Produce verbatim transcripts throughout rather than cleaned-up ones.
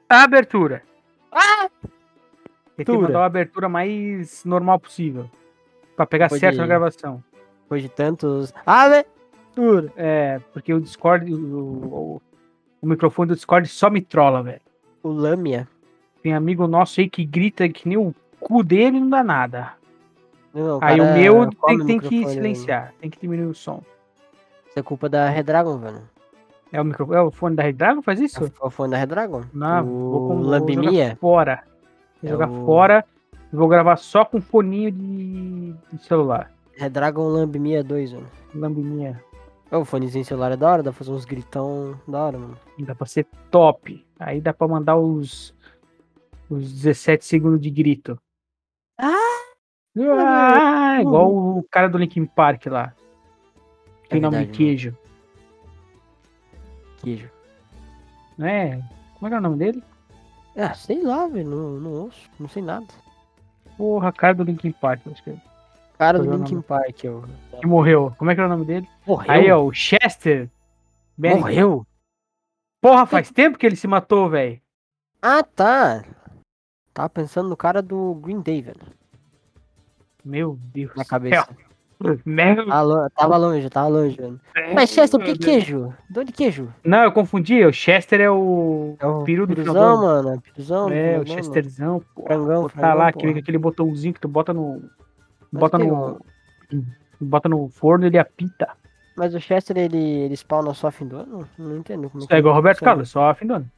a abertura. Ah! Tem que mandar a abertura mais normal possível. Pra pegar Depois certo de- na gravação. Depois de tantos. Abertura! É, porque o Discord, o, o, o microfone do Discord só me trola, velho. O Lâmia. Tem amigo nosso aí que grita que nem o cu dele e não dá nada. Não, o Aí o cara meu come tem, o tem que microfone, silenciar, tem que diminuir o som. Isso é culpa da Redragon, velho. É o, micro, é o fone da Redragon faz isso? É o fone da Redragon? Não, o vou, com, vou Lambimia? jogar fora. Vou É jogar o- fora e vou gravar só com foninho de, de celular. Redragon Lambimia dois, mano. Lambinha. Ô, o fonezinho celular é da hora, dá pra fazer uns gritão da hora, mano. Dá pra ser top. Aí dá pra mandar os, os dezessete segundos de grito. Ah! Ah, igual o cara do Linkin Park lá. Tem É nome de verdade, queijo. Queijo. Né? Como é que é o nome dele? Ah, sei lá, velho. Não, não ouço, não sei nada. Porra, cara do Linkin Park, acho que é. Cara do Qual é o Linkin nome? Park, ó. Que morreu. Como é que era o nome dele? Morreu? Aí, ó, o Chester. Bennington. Morreu? Porra, faz tempo que ele se matou, velho. Ah, tá. Tava pensando no cara do Green Day, velho. Meu Deus. Na cabeça. Meu Tava, lo- tava longe, tava longe, velho. Mas Chester, por que queijo? De onde queijo? Não, eu confundi. O Chester é o É o peru do final do piruzão, ano. mano. É piruzão. É, o do final do ano. Chesterzão, pô. Frangão, Botar frangão, lá porra. aquele, aquele botãozinho que tu bota no. Mas Bota o que, no. Bota no forno e ele apita. Mas o Chester, ele, ele spawna só fim do ano? Não entendo como é Isso que é igual o Roberto funciona. Carlos, só fim do ano.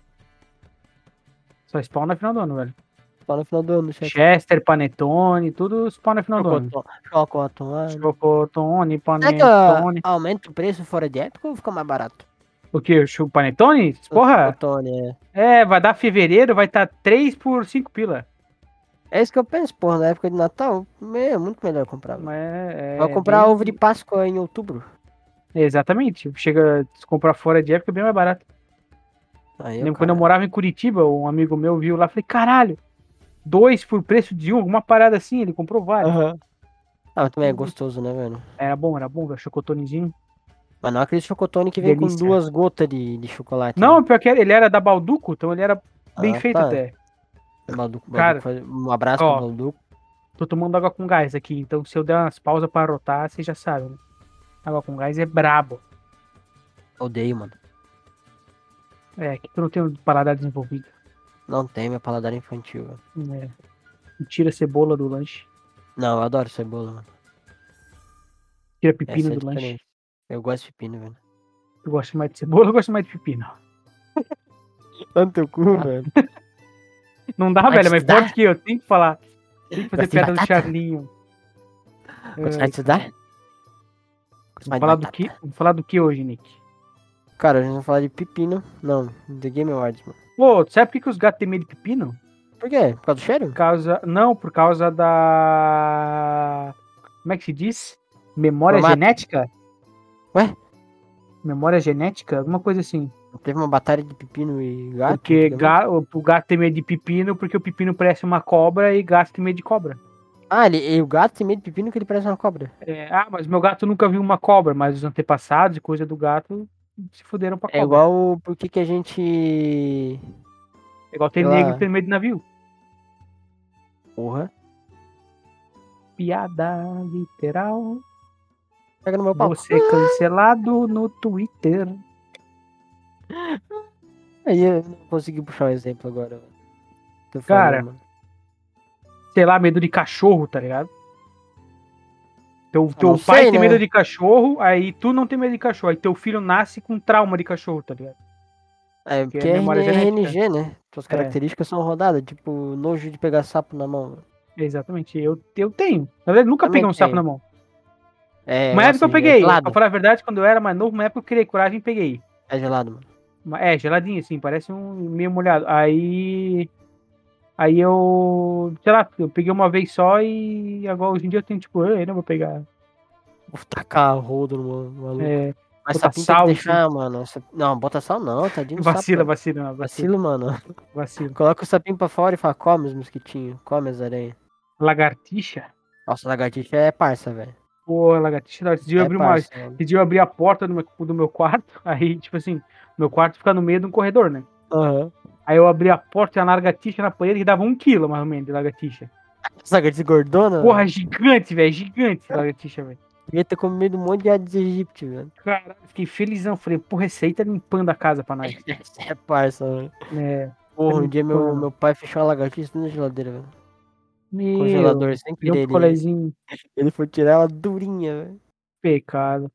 Só spawn no final do ano, velho. Spawn no final do ano, Chester. Chester, Panetone, tudo spawn no final do ano. Chocotone. Chocotone, Será que ó, Panetone. aumenta o preço fora de época ou fica mais barato? O que? O Panetone? Porra! Chocotone, é. É, vai dar fevereiro, vai estar tá três por cinco pila. É isso que eu penso, porra, na época de Natal, é muito melhor comprar. velho. Mas é, Vai comprar bem- ovo de Páscoa em outubro. Exatamente. Chega a comprar fora de época é bem mais barato. Aí, Lembro o quando eu cara... morava em Curitiba, um amigo meu viu lá, falei, caralho, dois por preço de um, alguma parada assim, ele comprou vários. Aham. Ah, mas também é gostoso, né, velho? Era bom, era bom, velho, chocotonezinho. Mas não é aquele chocotone que vem Delícia. com duas gotas de, de chocolate. Não, né? pior que ele era da Balduco, então ele era bem Ah, feito tá. até. Balduco, Cara, Balduco faz- um abraço ó. pro Balduco. Tô tomando água com gás aqui, então se eu der umas pausas pra rotar, você já sabe, né? Água com gás é brabo. Odeio, mano. É, que tu não tem um paladar desenvolvido. Não tem meu paladar infantil, velho. É. Tira a cebola do lanche. Não, eu adoro cebola, mano. Tira pepino Essa é do lanche. diferente. Eu gosto de pepino, velho. Tu gosta mais de cebola ou gosta mais de pepino? Tanto teu cu, velho. Não dá, Vai velho, é mais estudar? forte que eu. Tem que falar. Tem que fazer Gosta de piada do batata? Charlinho. Gostar Ai, de estudar? Vamos Gostar de falar do batata. que? Vamos falar do que hoje, Nick? Cara, a gente vai falar de pepino. Não, The Game Awards, mano. Pô, sabe por que, que os gatos têm medo de pepino? Por quê? Por causa do cheiro? Por causa. Não, por causa da. Como é que se diz? Memória Formato. genética? Ué? Memória genética? Alguma coisa assim. Teve uma batalha de pepino e gato? Porque antigamente? ga... o gato tem medo de pepino porque o pepino parece uma cobra e gato tem medo de cobra. Ah, ele, e o gato tem medo de pepino que ele parece uma cobra. É, ah, mas meu gato nunca viu uma cobra, mas os antepassados e coisa do gato se fuderam pra É cobra. igual o por que que a gente... É igual ter sei negro lá. ter medo de navio. Porra. Piada literal. Pega no meu pau. Você cancelado no Twitter. Aí eu não consegui puxar um exemplo agora. velho. Tô Cara, falando, mano. Sei lá, medo de cachorro, tá ligado? Teu, Eu teu não pai sei, tem né? medo de cachorro, aí tu não tem medo de cachorro. Aí teu filho nasce com trauma de cachorro, tá ligado? É, Porque porque é é memória R N genética. G, né? Suas É. características são rodadas, tipo, nojo de pegar sapo na mão. velho. Exatamente, eu, eu tenho. Na verdade, nunca Também peguei um sapo tenho. na mão. É, Uma época nossa, eu peguei. É gelado. Pra falar a verdade, quando eu era mais novo, uma época eu criei coragem e peguei. É gelado, mano. Uma- É, geladinho, assim, parece um meio molhado. Aí. Aí eu. Sei lá, eu peguei uma vez só e agora hoje em dia eu tenho, tipo, eu não vou pegar. Vou tacar rodo no maluco. É, Mas botar sapinho sal, tem que deixar, mano. Sap- Não, bota sal não, tadinho do sapo. vacila, velho. vacila, não, vacila, Vacilo, mano. vacila. Coloca o sapinho pra fora e fala, come os mosquitinhos, come as aranhas. Lagartixa? Nossa, lagartixa é parça, velho. Pô, lagartixa, não, esse dia eu É abri uma. parça, mano. Esse dia eu abri a porta do meu, do meu quarto, aí, tipo assim, meu quarto fica no meio de um corredor, né? Aham. Aí eu abri a porta e a lagartixa na parede que dava um quilo, mais ou menos, de lagartixa. Lagartixa gordona? Porra, gigante, velho. Gigante lagartixa, velho. Devia ter comido um monte de Aedes aegypti, velho. Caralho, fiquei felizão. Falei, porra, esse aí tá limpando a casa pra nós. É parça, velho. É, tá Porra, um dia meu, limpando. meu pai fechou uma lagartixa na geladeira, velho. Congelador, Meu, sem deu um querer. Ele, picolézinho. ele foi tirar ela durinha, velho. Pecado.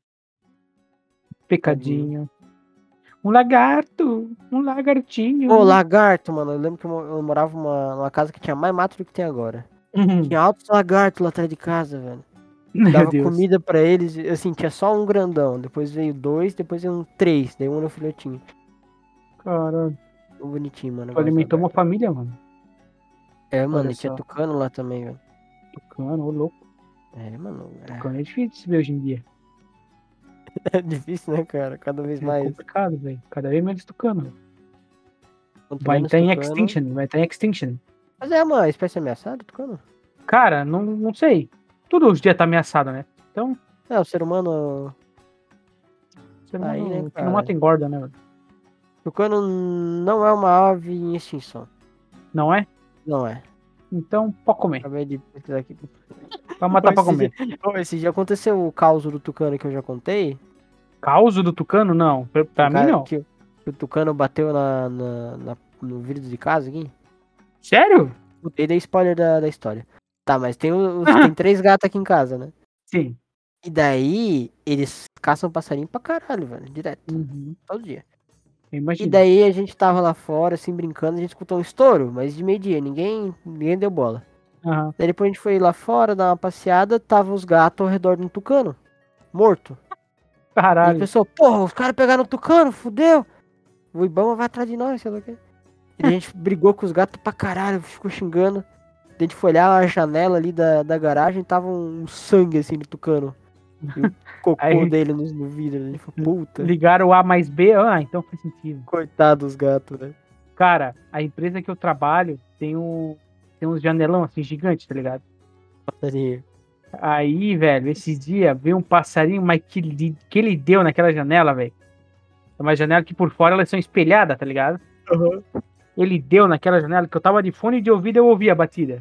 Tadinho. Pecadinho. Um lagarto. Um Ô, lagartinho. lagarto, mano. Eu lembro que eu, mo- eu morava numa, numa casa que tinha mais mato do que tem agora. Uhum. Tinha altos lagartos lá atrás de casa, velho. Meu Dava Deus. comida pra eles, assim, tinha só um grandão. Depois veio dois, depois veio um três. Daí um era o filhotinho. Caralho. Um bonitinho, mano. eu Tu gosto de alimentou uma lagarto. família, mano. É, mano, Olha e tinha só. tucano lá também, velho. Tucano, ô louco. É, mano. Tucano é difícil de se ver hoje em dia. É, é difícil, né, cara? Cada vez É mais. complicado, velho. Cada vez menos tucano. Quanto Vai menos estar em tucano. extinction. Vai estar em extinction. Mas é uma espécie ameaçada, tucano? Cara, não, não sei. Todos os dias tá ameaçado, né? Então, É, o ser humano. o ser Aí, né, humano que não cara? mata engorda, né, velho? Tucano não é uma ave em extinção. Não é? Não é. Então, pode comer. Acabei de pesquisar aqui. Vai matar pra Esse comer. dia, ô, esse dia aconteceu o caos do tucano que eu já contei. Causo do tucano? Não. Pra, pra O mim, cara não. que, que o tucano bateu na, na, na- no vidro de casa aqui. Sério? E dei spoiler da, da história. Tá, mas tem, os, tem três gatos aqui em casa, né? Sim. E daí, eles caçam passarinho pra caralho, velho. Direto. Uhum. Todo dia. Eu E imagino. daí a gente tava lá fora, assim, brincando, a gente escutou um estouro, mas de meio-dia, ninguém, ninguém deu bola. Aham. Daí depois a gente foi lá fora, dar uma passeada, tava os gatos ao redor de um tucano, morto. E a Caralho. pessoa, porra, os caras pegaram o tucano, fudeu. O Ibama vai atrás de nós, sei lá o quê. E a gente brigou com os gatos pra caralho, ficou xingando. Daí a gente foi olhar a janela ali da, da garagem, tava um sangue assim do tucano. E o cocô Aí- dele no, no vidro. A gente falou, puta, Ligaram o A mais B. Ah, então faz sentido. coitado dos gatos, né? Cara, a empresa que eu trabalho tem, um, tem uns janelão assim gigantes, tá ligado? Passarinho. Aí, velho, esses dias veio um passarinho, mas que, li- que ele deu naquela janela, velho. É uma janela que por fora elas são espelhadas, tá ligado? Uhum. Ele deu naquela janela que eu tava de fone de ouvido e eu ouvi a batida.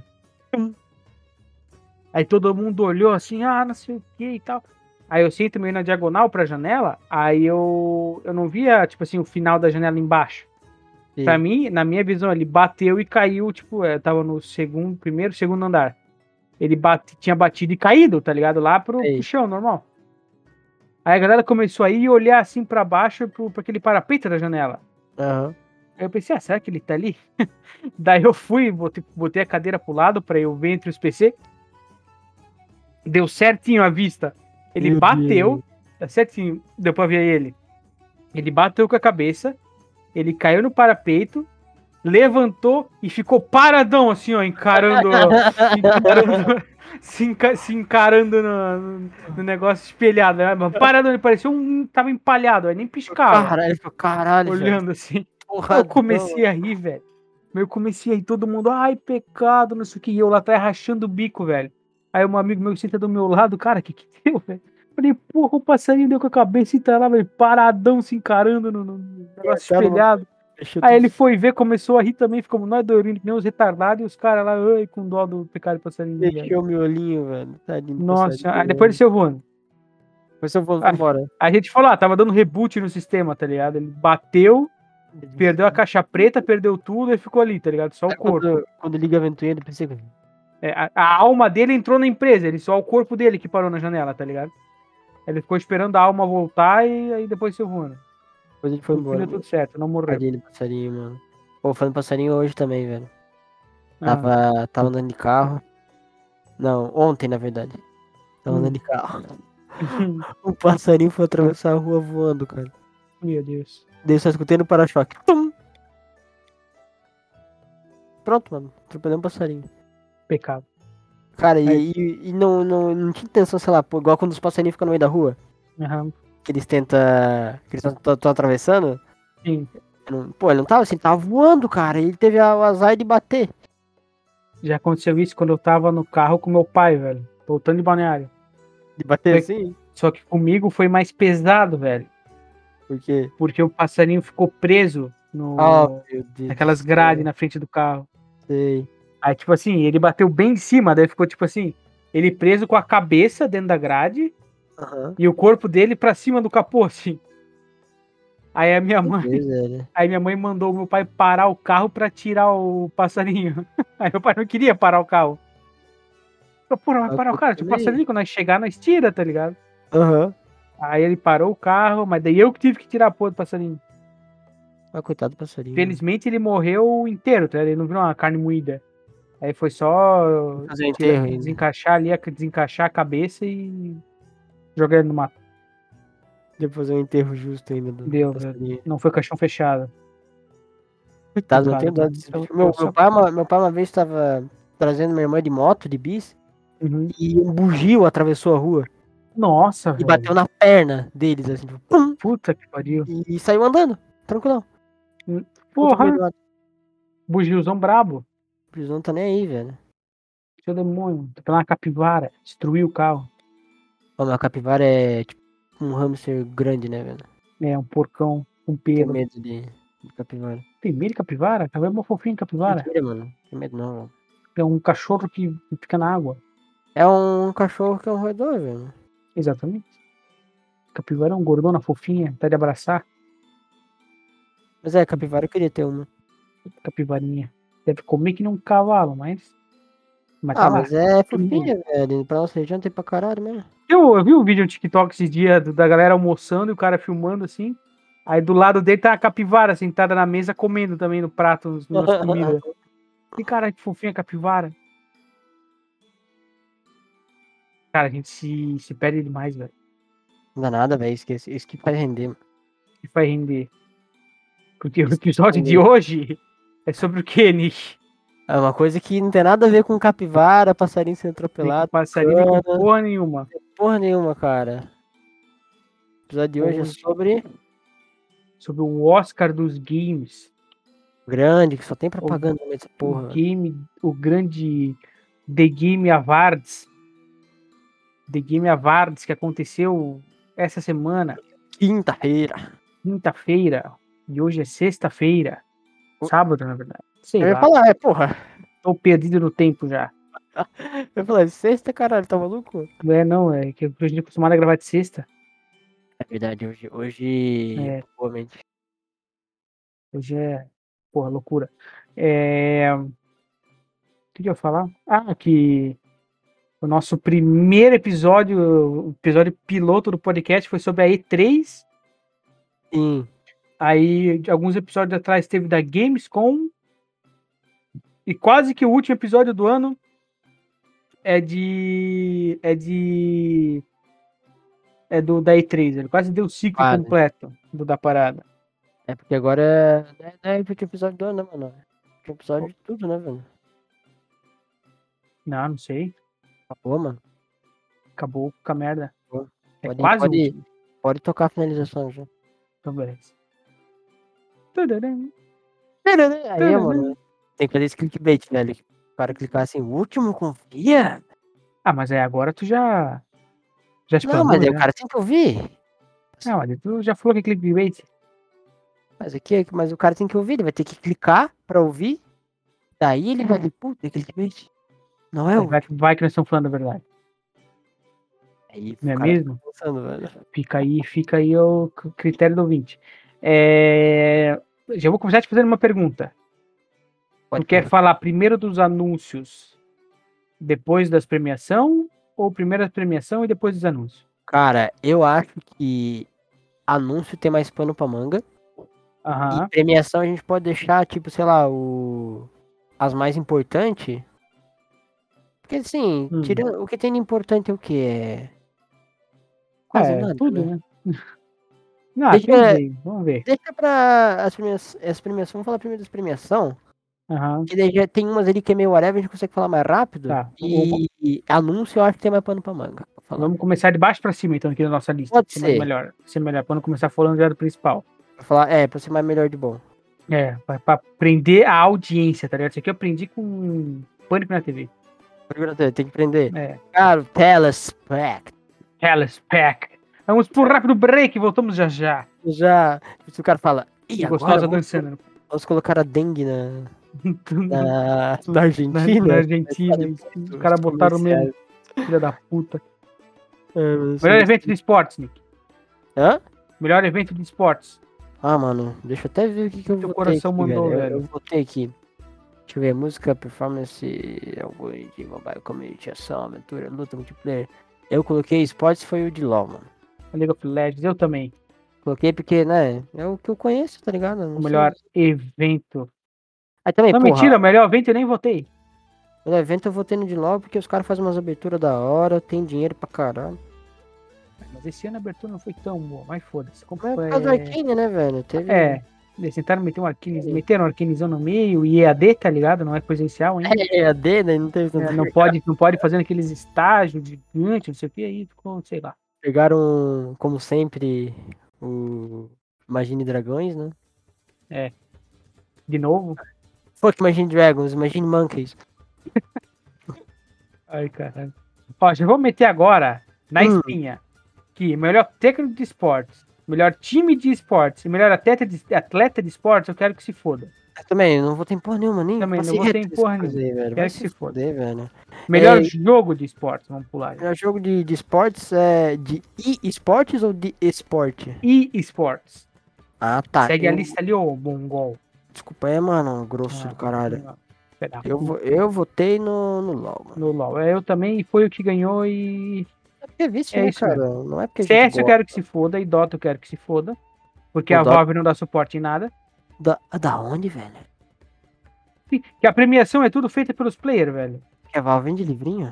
Aí todo mundo olhou assim, ah, não sei o que e tal. Aí eu sento meio na diagonal pra janela, aí eu, eu não via, tipo assim, o final da janela embaixo. Pra mim, na minha visão, ele bateu e caiu, tipo, eu tava no segundo, primeiro, segundo andar. Ele bate, tinha batido e caído, tá ligado? Lá pro, pro Sei. chão, normal. Aí a galera começou a ir e olhar assim pra baixo, pro, pra aquele parapeito da janela. Aham. Aí eu pensei, ah, será que ele tá ali? Daí eu fui, botei, botei a cadeira pro lado pra eu ver entre os P C. Deu certinho a vista. Ele Meu bateu, tá certinho, deu pra ver ele. Ele bateu com a cabeça, ele caiu no parapeito, levantou e ficou paradão assim, ó, encarando, encarando se, enca- se encarando no, no- no negócio espelhado. Né? Mas paradão, ele parecia um, tava empalhado, aí nem piscava, Caralho, ele falou, caralho, velho. olhando assim. Porra, Eu comecei a rir, velho. Eu comecei a rir, todo mundo, ai, pecado, não sei o que. E eu lá atrás rachando o bico, velho. Aí um amigo meu senta do meu lado, cara, que que deu, velho? Falei, porra, o passarinho deu com a cabeça e tá lá, velho, paradão, se encarando no, no negócio espelhado. Aí ele foi ver, começou a rir também, ficou nós doirinhos, que nem os retardados, e os caras lá, ai, com dó do pecado do passarinho. velho. Deixou meu olhinho, velho. Tadinho do Nossa, passarinho, aí depois desceu voando. Depois eu vou Ah, embora. A gente falou, ah, tava dando reboot no sistema, tá ligado? Ele bateu, perdeu a caixa preta, perdeu tudo e ficou ali, tá ligado? Só o corpo. Quando, quando liga a ventoinha, ele pensa que... É, a, a alma dele entrou na empresa, ele só o corpo dele que parou na janela, tá ligado? Ele ficou esperando a alma voltar e aí depois saiu voando. Depois ele foi No fim embora. deu tudo certo, não morreu. Tadinho do passarinho, mano. Pô, falando em passarinho hoje também, velho. Ah, Tava, tava andando de carro. Não, ontem, na verdade. Tava Hum. andando de carro. Um passarinho foi atravessar a rua voando, cara. Meu Deus. Daí eu só escutei no para-choque. Tum! Pronto, mano. Atropelei um passarinho. Pecado. Cara, e, Aí- e, e não, não, não tinha intenção, sei lá, pô, igual quando os passarinhos ficam no meio da rua. Aham. Que eles tentam. Que eles estão atravessando. Sim. Não- Pô, ele não tava assim, tava voando, cara. E ele teve a- o azar de bater. Já aconteceu isso quando eu tava no carro com meu pai, velho. Voltando de balneário. De bater Foi- assim? Só que comigo foi mais pesado, velho. Porque. Porque o passarinho ficou preso No, Oh, meu Deus. naquelas do grades céu. na frente do carro. Sei. Aí, tipo assim, ele bateu bem em cima, daí ficou, tipo assim, ele preso com a cabeça dentro da grade Aham. e o corpo dele pra cima do capô, assim. Aí a minha Meu mãe, Deus, velho. aí minha mãe mandou o meu pai parar o carro pra tirar o passarinho. Aí meu pai não queria parar o carro. Falei, porra, vai Ah, parar o puta, cara, tipo, o também. passarinho, quando nós chegar, nós tira, tá ligado? Aham. Aí ele parou o carro, mas daí eu que tive que tirar a porra do passarinho. Ah, coitado do passarinho, mano. Felizmente ele morreu inteiro, tá? Ele não virou uma carne moída. Aí foi só Vou fazer o tira, enterro ainda. desencaixar ali, a- desencaixar a cabeça e jogar ele no mato. Deu pra fazer um enterro justo ainda do, do Deu, velho. passarinho. Não foi caixão fechado. Coitado, não Coitado, tenho dó cara. desse Só- bicho. pô, Meu, meu, só- pai, uma, meu pai uma vez tava trazendo minha irmã de moto, de bis, Uhum. e um bugio atravessou a rua Nossa, e velho. bateu na perna deles, assim, tipo, pum, Puta que pariu. e, e saiu andando, tranquilão. Outro meio Porra, do lado. bugiozão brabo. O prisão não tá nem aí, velho. Seu demônio. Tá pela uma capivara. Destruiu o carro. Ó, meu capivara é tipo um hamster grande, né, velho? É, um porcão com Tenho pelo. medo de, de capivara. Tem medo de capivara? Capivara é uma fofinha capivara. Mentira, mano. Tenho medo não, velho. É um cachorro que que fica na água. É um cachorro que é um roedor, velho. Exatamente. Capivara é um gordona fofinha, tá de abraçar. Mas é, capivara eu queria ter uma. Capivarinha. Deve comer que nem um cavalo, mas. Mas tá Ah, lá. mas é fofinha, velho. Pra nossa região tem pra caralho mesmo. Eu, eu vi um vídeo no TikTok esses dias do- da galera almoçando e o cara filmando assim. Aí do lado dele tá a capivara sentada na mesa comendo também no prato uns- umas comidas. E cara, que fofinha a capivara. Cara, a gente se, se perde demais, velho. Não dá nada, velho. Esquece. Isso que faz render, mano. E vai render. Porque o Isso que episódio faz de render. hoje é sobre o que, Nick? É uma coisa que não tem nada a ver com capivara, passarinho sendo Nem com atropelado, passarinho, nem com cana, porra nenhuma. porra nenhuma, cara. O episódio de hoje é Hoje, sobre sobre o Oscar dos games. grande, que só tem propaganda nessa O porra. game, o grande The Game Awards. The Game Awards que aconteceu essa semana, Quinta-feira. quinta-feira, e hoje é sexta-feira. O- Sábado, na verdade. Sei Eu ia lá. falar, é, porra. Tô perdido no tempo já. Eu ia falar, sexta, caralho, tá maluco? Não é, não, é que a gente é acostumado a gravar de sexta. É verdade, hoje, hoje, É. provavelmente. Hoje é, porra, loucura. É... O que que eu ia falar? Ah, que o nosso primeiro episódio, o episódio piloto do podcast foi sobre a E três. Sim. Aí, de alguns episódios atrás, teve da Gamescom. E quase que o último episódio do ano é de. É de. É do da E três. Ele quase deu o ciclo Quase. completo do, da parada. É porque agora não é, não é porque episódio do ano, né, mano? É episódio de tudo, né, velho? Não, não sei. Acabou, mano. Acabou com a merda. Acabou. É Pode, quase o pode, último. pode tocar a finalização já. Então, beleza. Aí, mano, tem que fazer esse clickbait, velho. O cara clicar assim, o último confia? Ah, mas aí agora tu já. Já Não, explanou, mas aí já. o cara tem que ouvir. Não, mas tu já falou que é clickbait. Mas aqui, mas o cara tem que ouvir, ele vai ter que clicar pra ouvir. Daí ele vai ver, puta, é clickbait. Não é o. Vai, vai que nós estamos falando a verdade. Aí, Não é o cara mesmo? fica pensando, velho. Fica aí, fica aí o c- critério do ouvinte. É... Já vou começar te fazendo uma pergunta. Pode Tu quer falar. falar primeiro dos anúncios, depois das premiação, ou primeiro da premiação e depois dos anúncios? Cara, eu acho que anúncio tem mais pano pra manga. E Aham. premiação a gente pode deixar, tipo, sei lá, o... as mais importantes. Porque assim, Hum. tirando... o que tem de importante é o que? É. Quase É, nada. tudo, Né? né? Não, Deixa- vamos ver, vamos ver. Deixa pra as premiações. As premiações. Vamos falar primeiro das premiação. Aham. Que daí já tem umas ali que é meio whatever, a gente consegue falar mais rápido. Tá. E, e anúncio eu acho que tem mais pano pra manga. Vou falar. Vamos começar de baixo pra cima, então, aqui na nossa lista. Pode Ser mais ser. melhor. Ser melhor, pra não começar falando já do principal. Vou falar, é, pra ser mais melhor de bom. É, pra, pra prender a audiência, tá ligado? Isso aqui eu aprendi com Pânico na T V. Tem que prender. É. Cara, o Telespec. Hellas Pack. Vamos pro rápido break, voltamos já já. Já. Se o cara fala E E agora gostosa vamos, dançando. vamos colocar a dengue na, na, na Na, Argentina. na Argentina. Os Os caras botaram mesmo. comerciais. Filha da puta. É, mano, Melhor sobre- evento de esportes, Nick. Hã? Melhor evento de esportes. Ah, mano, deixa eu até ver o que, que eu Teu votei coração aqui, mandou, velho. Eu, velho. eu votei aqui. Deixa eu ver, música, performance, algoritmo, mobile, community, ação, aventura, luta, multiplayer. Eu coloquei esportes, foi o de LoL, mano. League of Legends, eu também. Coloquei porque, né, é o que eu conheço, tá ligado? Eu O Não melhor sei. evento. Aí também, Não, porra, mentira, o melhor evento eu nem votei. no evento eu votei no de LoL porque os caras fazem umas aberturas da hora, tem dinheiro pra caralho. Mas esse ano a abertura não foi tão boa, mas foda-se. Como Mas é por foi- causa do Arcane, né, velho? Teve... É, eles tentaram meter um Arcane, Sim. meteram um Arcanezão no meio e E A D, tá ligado? Não é presencial ainda. É, a D, né? Não teve É, tanto. não pode, não pode fazer naqueles estágios gigantes, não sei o que, aí ficou, sei lá. Pegaram, como sempre, o Imagine Dragões, né? De novo. Fuck Imagine Dragons, Imagine Monkeys. Ai, caralho. Ó, já vou meter agora, na Hum. espinha, que melhor técnico de esportes, melhor time de esportes e melhor atleta de, atleta de esportes, eu quero que se foda. Eu também, eu não vou ter porra nenhuma, nem Também, não passei vou ter reto porra nessa coisa nenhuma. aí, velho. Quero Vai que se se foda. foder, velho. Melhor É, jogo de esportes, vamos pular. Melhor jogo de, de esportes é de e-esportes ou de esporte? E esportes. Ah, tá. Segue a Eu- lista ali, ô mongol. Desculpa aí, mano, grosso Ah, do caralho. não, pera, Eu, vo- eu votei no, no LoL, mano. no LoL. É, eu também, foi o que ganhou e É porque é vício, é né, isso cara? mesmo. Não é porque a C gente S eu gosta. quero que se foda e Dota eu quero que se foda. Porque O a Dota- Valve não dá suporte em nada. Da, da onde, velho? Que a premiação é tudo feita pelos players, velho. Que a Valve vende livrinho?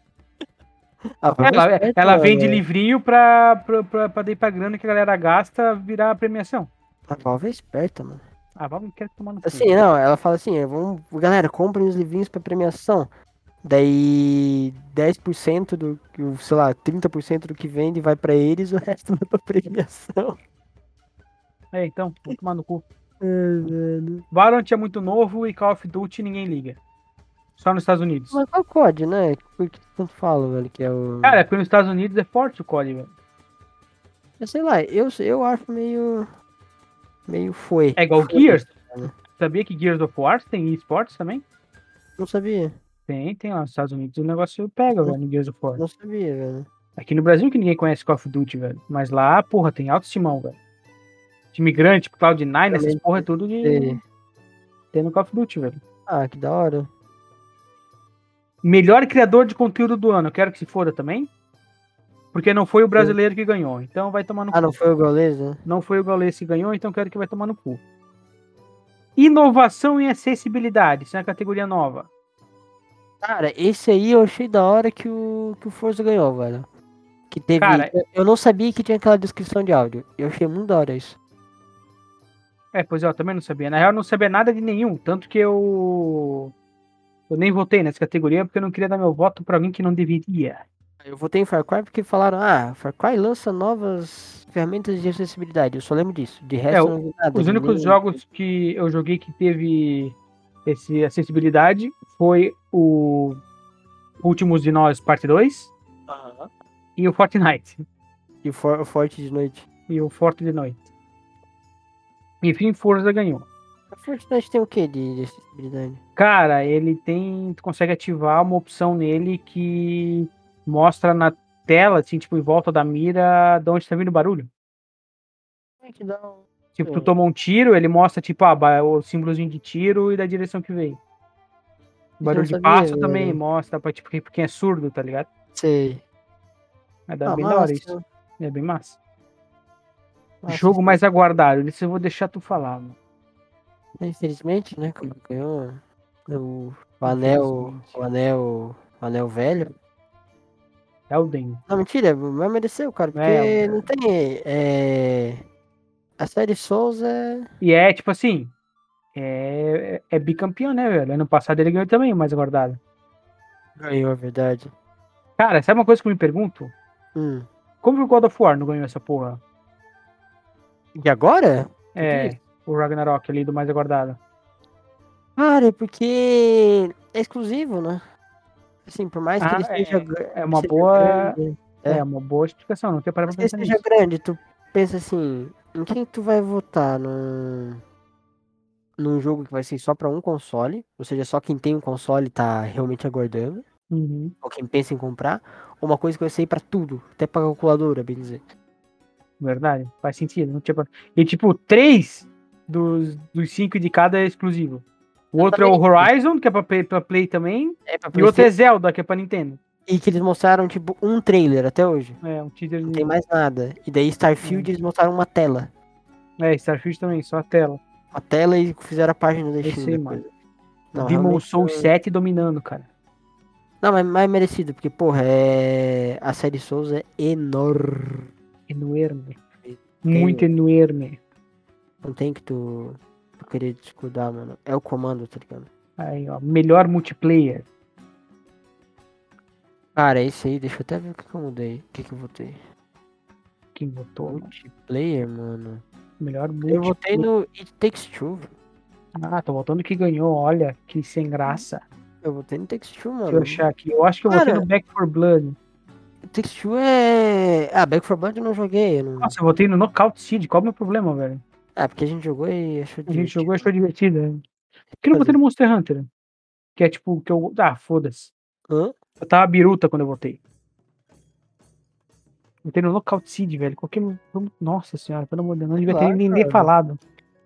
A Valve é Ela, esperta, ela mano. vende livrinho pra, pra, pra, pra daí pra grana que a galera gasta virar a premiação. A Valve é esperta, mano. A Valve não quer tomar no cu. Assim, não, ela fala assim, vamos, galera, comprem os livrinhos pra premiação. Daí dez por cento do, que o, sei lá, trinta por cento do que vende vai pra eles, o resto vai pra premiação. É, então, vou tomar no cu. Ai, velho. Valorant é muito novo e Call of Duty ninguém liga. Só nos Estados Unidos. Mas qual C O D, né? Por que tanto falo, velho, que é o... Cara, é porque nos Estados Unidos é forte o C O D, velho. Eu sei lá, eu, eu acho meio... Meio foi. É igual Foi, Gears. né? Sabia que Gears of War tem esportes também? Não sabia, Tem, tem lá nos Estados Unidos. O negócio pega, velho, no Gears of War. não sabia, velho. Aqui no Brasil que ninguém conhece Call of Duty, velho. Mas lá, porra, tem alto timão, velho. Time grande, tipo Cloud nine, essas Também porra é tudo de... sei. Tem no Call of Duty, velho. Ah, que da hora. Melhor criador de conteúdo do ano. Eu quero que se foda também. Porque não foi o brasileiro que ganhou. Então vai tomar no Ah, cu. não foi o Gaules, né? Não foi o gaulês que ganhou, então quero que vai tomar no cu. Inovação e acessibilidade. Isso é uma categoria nova. Cara, esse aí eu achei da hora que o, que o Forza ganhou, velho. Que teve. Cara, eu, eu não sabia que tinha aquela descrição de áudio. Eu achei muito da hora isso. É, pois é, eu também não sabia. Na real, eu não sabia nada de nenhum. Tanto que eu. Eu nem votei nessa categoria porque eu não queria dar meu voto pra alguém que não deveria. Eu votei em Far Cry porque falaram, ah, Far Cry lança novas ferramentas de acessibilidade. Eu só lembro disso. De resto, É, eu não vi nada. Os de únicos nem- jogos que eu joguei que teve esse acessibilidade foi o Últimos de Nós Parte dois Aham. e o Fortnite. E o For- o Forte de noite. E o Forte de Noite. Enfim, Forza ganhou. A Fortnite tem o que de, de acessibilidade? Cara, ele tem. Tu consegue ativar uma opção nele que mostra na tela, assim, tipo, em volta da mira, de onde tá vindo o barulho. É que dá um... Tipo, tu É. toma um tiro, ele mostra, tipo, ah, ba- o símbolozinho de tiro e da direção que veio. O barulho de sabia, passo velho. também mostra pra, tipo, quem- quem é surdo, tá ligado? Sei. É da- Ah, bem da hora massa. isso. É bem massa. Massa, Jogo sim. mais aguardado. Isso eu vou deixar tu falar, mano. Infelizmente, né? Quando ganhou o, o anel. Infelizmente. O anel. O anel velho. Elden. Não, mentira, mas mereceu, cara, porque É, não tem. É... A série Souls é. E é, tipo assim, é, é bicampeão, né, velho? Ano passado ele ganhou também o mais aguardado. Ganhou, a verdade. Cara, sabe uma coisa que eu me pergunto? Hum. Como que o God of War não ganhou essa porra? E agora? É, isso? o Ragnarok ali do mais aguardado. Cara, é porque é exclusivo, né? Assim, por mais que Ah, ele é, seja, gra- é uma seja boa. grande, É. É. uma boa explicação, não tinha parado Mas pra que ele pensar seja nisso. grande, tu pensa assim, Em quem tu vai votar? Num, num jogo que vai ser só pra um console? Ou seja, só quem tem um console tá realmente aguardando? Uhum. Ou quem pensa em comprar? Ou uma coisa que vai sair pra tudo? Até pra calculadora, bem dizer. Verdade, faz sentido. Não tinha... pra- E tipo, três dos, dos cinco de cada é exclusivo. O outro é o Exatamente. Horizon, que é pra Play, pra Play também. É pra E o outro é PlayStation. Zelda, que é pra Nintendo. E que eles mostraram, tipo, um trailer até hoje. É, um teaser Não tem de. mais nada. E daí Starfield eles mostraram uma tela. É, Starfield também, só a tela. Uma tela e fizeram a página da É Steam isso aí, mano. depois. Não, Demon realmente. Souls sete dominando, cara. Não, mas mais merecido, porque, porra, é... a série Souls é enorme. Enorme. Tem... Muito enorme. Não tem que tu... tu querer discordar, mano. É o comando, tá ligado? Aí, ó. Melhor multiplayer. Cara, esse aí, deixa eu até ver o que, que eu mudei. O que, que eu votei. Quem votou, mano? Multiplayer, mano. Melhor Eu votei multiplayer. no It Takes Two. Ah, tô votando que ganhou. Olha, que sem graça. Eu votei no Takes Two, Deixa eu mano. achar aqui. Eu acho que eu votei no Cara, Back four Blood. It Takes Two é... Ah, Back four Blood eu não joguei. Eu não... Nossa, eu votei no Knockout City. Qual é o meu problema, velho? Ah, porque a gente jogou e achou A gente jogou e divertido. achou divertido. né? Por que eu não votei Fazer. no Monster Hunter? Que é tipo, que eu. Ah, foda-se. Hã? Eu tava biruta quando eu votei. Votei no Knockout City, velho. Qualquer. Nossa senhora, pelo amor de Deus. Não Sei devia ter lá, nem, nem cara. falado.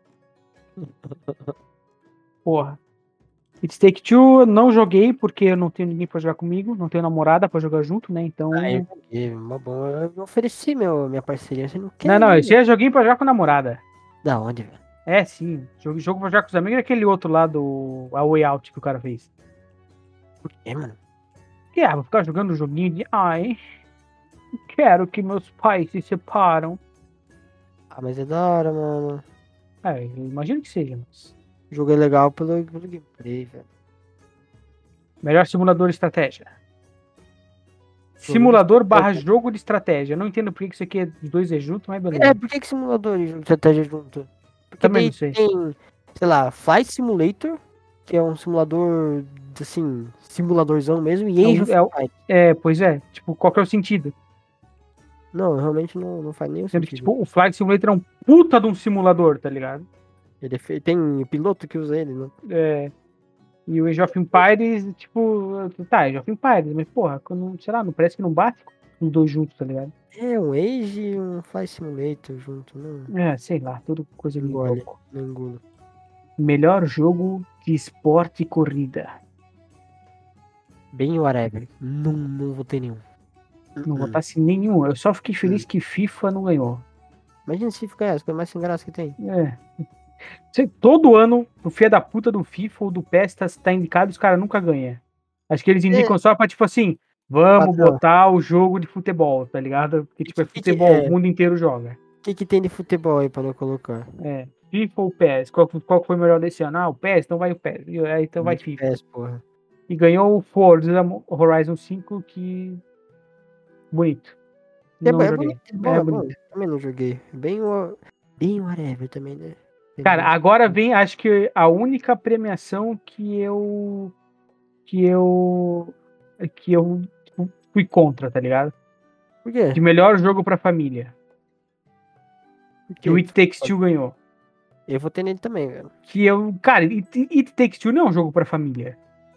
Porra. It's Take Two, eu não joguei porque eu não tenho ninguém pra jogar comigo. Não tenho namorada pra jogar junto, né? Ah, eu Então. joguei, mó bom. Eu ofereci meu, minha parceria. Você não Não, quer, não. né, Esse meu? é joguinho pra jogar com namorada. Da onde, velho? É, sim. Jogo, jogo pra jogar com os amigos é aquele outro lá do A Way Out que o cara fez. Por quê, mano? Que ah, vou ficar jogando um joguinho de. Ai, quero que meus pais se separam. Ah, mas é da hora, mano. É, eu imagino que seja, mas. O jogo é legal pelo, pelo gameplay, velho. Melhor simulador de estratégia. Jogo de Simulador barra estratégia. jogo de estratégia. Eu não entendo por que que isso aqui é, os dois é junto, mas É, beleza. por que, que simulador e jogo de estratégia junto? Porque Também não daí sei. tem, sei lá, Flight Simulator, que é um simulador, assim, simuladorzão mesmo, e É, Age um- of é, o- Empires. é, pois é. Tipo, qual que é o sentido? Não, realmente não, não faz nenhum Sendo que, sentido. tipo, o Flight Simulator é um puta de um simulador, tá ligado? Ele é fe- tem piloto que usa ele, né? É, e o Age of Empires, tipo, tá, Age of Empires, mas porra, quando, sei lá, não parece que não bate com os dois juntos, tá ligado? É, um Age e um Flight Simulator junto, não É, sei lá, tudo coisa de engole, louco. não engulo. Melhor jogo de esporte e corrida. Bem whatever. Não, não vou ter nenhum. Não Uh-uh. votasse nenhum. Eu só fiquei feliz Hum. que FIFA não ganhou. Imagina se ficar essa, coisa mais sem graça que tem. É. Sei, todo ano, o filho da puta do FIFA ou do P E S tá, tá indicado e os caras nunca ganham. Acho que eles indicam É, só pra, tipo assim, vamos padrão. botar o jogo de futebol, tá ligado? Porque, tipo, é Que, que, futebol, o é, mundo inteiro joga. que, que tem de futebol aí pra eu colocar? É. FIFA ou P E S? Qual, qual foi o melhor desse ano? Ah, o P E S, então vai o P E S. E aí, então vai Muito FIFA. P E S, porra. E ganhou o Forza Horizon cinco, que. Bonito. É, bo- Não é joguei. bonito, é bom, É é bom. bonito. Também não joguei. Bem, wa- bem whatever também, né? Tem Cara, muito- agora vem, acho que a única premiação que eu. Que eu. Que eu tipo, fui contra, tá ligado? Por quê? De melhor jogo pra família. Por Que o quê? It Takes Two ganhou. Eu votei nele também, velho. Que eu. Cara, It, It Takes Two não é um jogo pra família.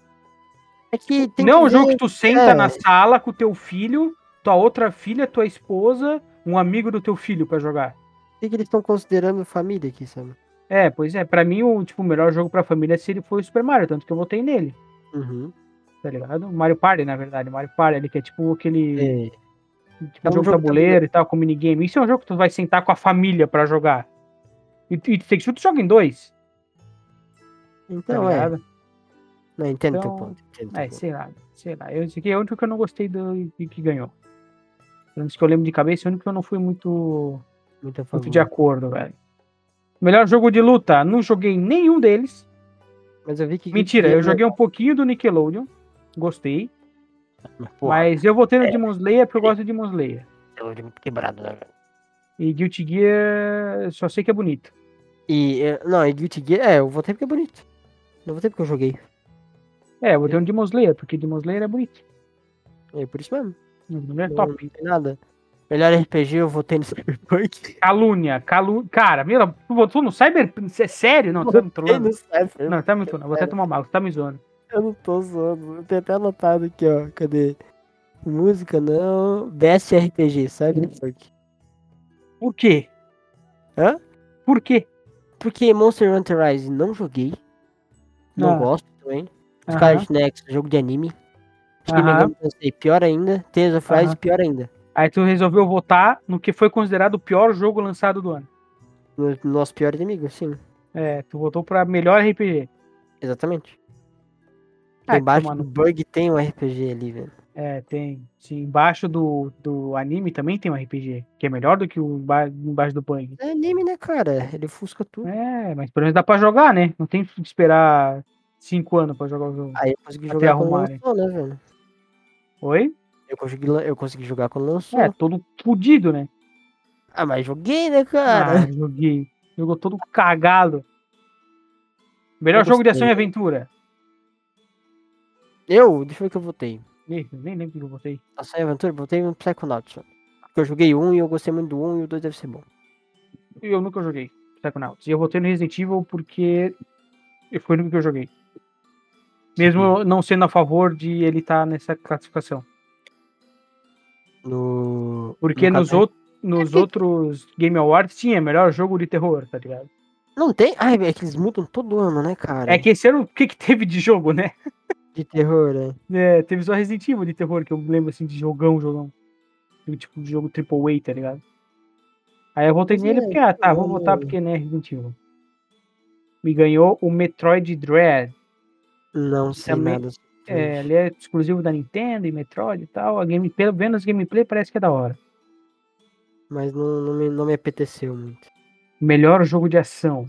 É que tem Não que é um jogo ver. que tu senta na É, sala com teu filho, tua outra filha, tua esposa, um amigo do teu filho pra jogar. o que, que eles estão considerando família aqui, sabe? É, pois é. Pra mim, o, tipo, o melhor jogo pra família seria foi o Super Mario, tanto que eu votei nele, Uhum. tá ligado? Mario Party, na verdade. Mario Party, ali, que é tipo aquele. É, Tipo, é um um jogo jogo tabuleiro. tabuleiro e tal, com minigame. Isso é um jogo que tu vai sentar com a família pra jogar. E, e Takes Two tu joga em dois, tá Então, é. ligado? Não, entendo teu Então, ponto. Entendo teu é, ponto. sei lá, sei lá. Eu, esse aqui é o único que eu não gostei do e que ganhou. Pelo menos que eu lembro de cabeça, é o único que eu não fui muito, Muito a muito de favor. acordo, velho. Melhor jogo de luta, não joguei nenhum deles. Mas eu vi que Guilty Mentira, Gear eu é joguei um pouquinho do Nickelodeon, gostei. mas, porra, Mas eu votei no é, Demon Slayer porque eu gosto de Demon Slayer. é muito quebrado, né, velho? E Guilty Gear, só sei que é bonito. E, é, não, e Guilty Gear, é, eu votei porque é bonito. Não votei porque eu joguei. É, eu votei no Demon Slayer, porque Demon Slayer é bonito. É por isso mesmo. Demon Slayer é Não, top. não tem nada. Melhor R P G eu votei no Cyberpunk. Calúnia, calúnia. Cara, meu, tu votou no Cyberpunk? É sério? Não, tu tá me Votei trolando. no Cyberpunk. Não, tá me trolando. Vou até tomar mal, tu tá me zoando. Eu não tô zoando. Eu tenho até anotado aqui, ó. Cadê? Música não. Best R P G, Cyberpunk. Por quê? Hã? Por quê? Porque Monster Hunter Rise não joguei. Não Ah, gosto também. aham, Scarlet Nexus, jogo de anime. Shin aham, Megami Tensei, pior ainda. Tales of Rise, aham. pior ainda. Aí tu resolveu votar no que foi considerado o pior jogo lançado do ano. No, nosso pior inimigo, sim. É, tu votou pra melhor R P G. Exatamente. Ah, Embaixo toma do no... bug tem um R P G ali, velho. É, tem. Sim, embaixo do, do anime também tem um R P G, que é melhor do que o emba- embaixo do Bang. É anime, né, cara? Ele ofusca tudo. É, mas pelo menos dá pra jogar, né? Não tem que esperar cinco anos pra jogar o jogo. Aí eu consegui Até jogar quando arrumarem. lançou, né, velho? Oi? Eu consegui, lan- eu consegui jogar quando É, lançou. todo fudido, né? Ah, mas joguei, né, Ah, cara? joguei. Jogou todo cagado. Eu Melhor jogo de ação gostei. e aventura. Eu? Deixa eu ver o que eu votei. Ih, eu nem lembro o que eu botei. Ação e aventura, eu botei um Psychonauts só. Porque eu joguei um e eu gostei muito do um e o dois deve ser bom. Eu nunca joguei Psychonauts. E eu votei no Resident Evil porque foi o único que eu joguei. Mesmo Sim. eu não sendo a favor de ele estar nessa classificação. No. Porque no nos, caso- out nos É porque- outros Game Awards tinha melhor jogo de terror, tá ligado? Não tem. Ai, é que eles mudam todo ano, né, cara? É que esse ano, o que que teve de jogo, né? De terror, né? É, teve só Resident Evil de terror, que eu lembro assim de jogão, jogão. Tipo de jogo triple A, tá ligado? Aí eu votei Mas nele é, porque, ah, tá, vou votar ano- porque, né, Resident Evil. Me ganhou o Metroid Dread. não Que sei também, nada sobre é, isso. ele é exclusivo da Nintendo e Metroid e tal. A gameplay, vendo as gameplay parece que é da hora. Mas não, não, me, não me apeteceu muito. Melhor jogo de ação.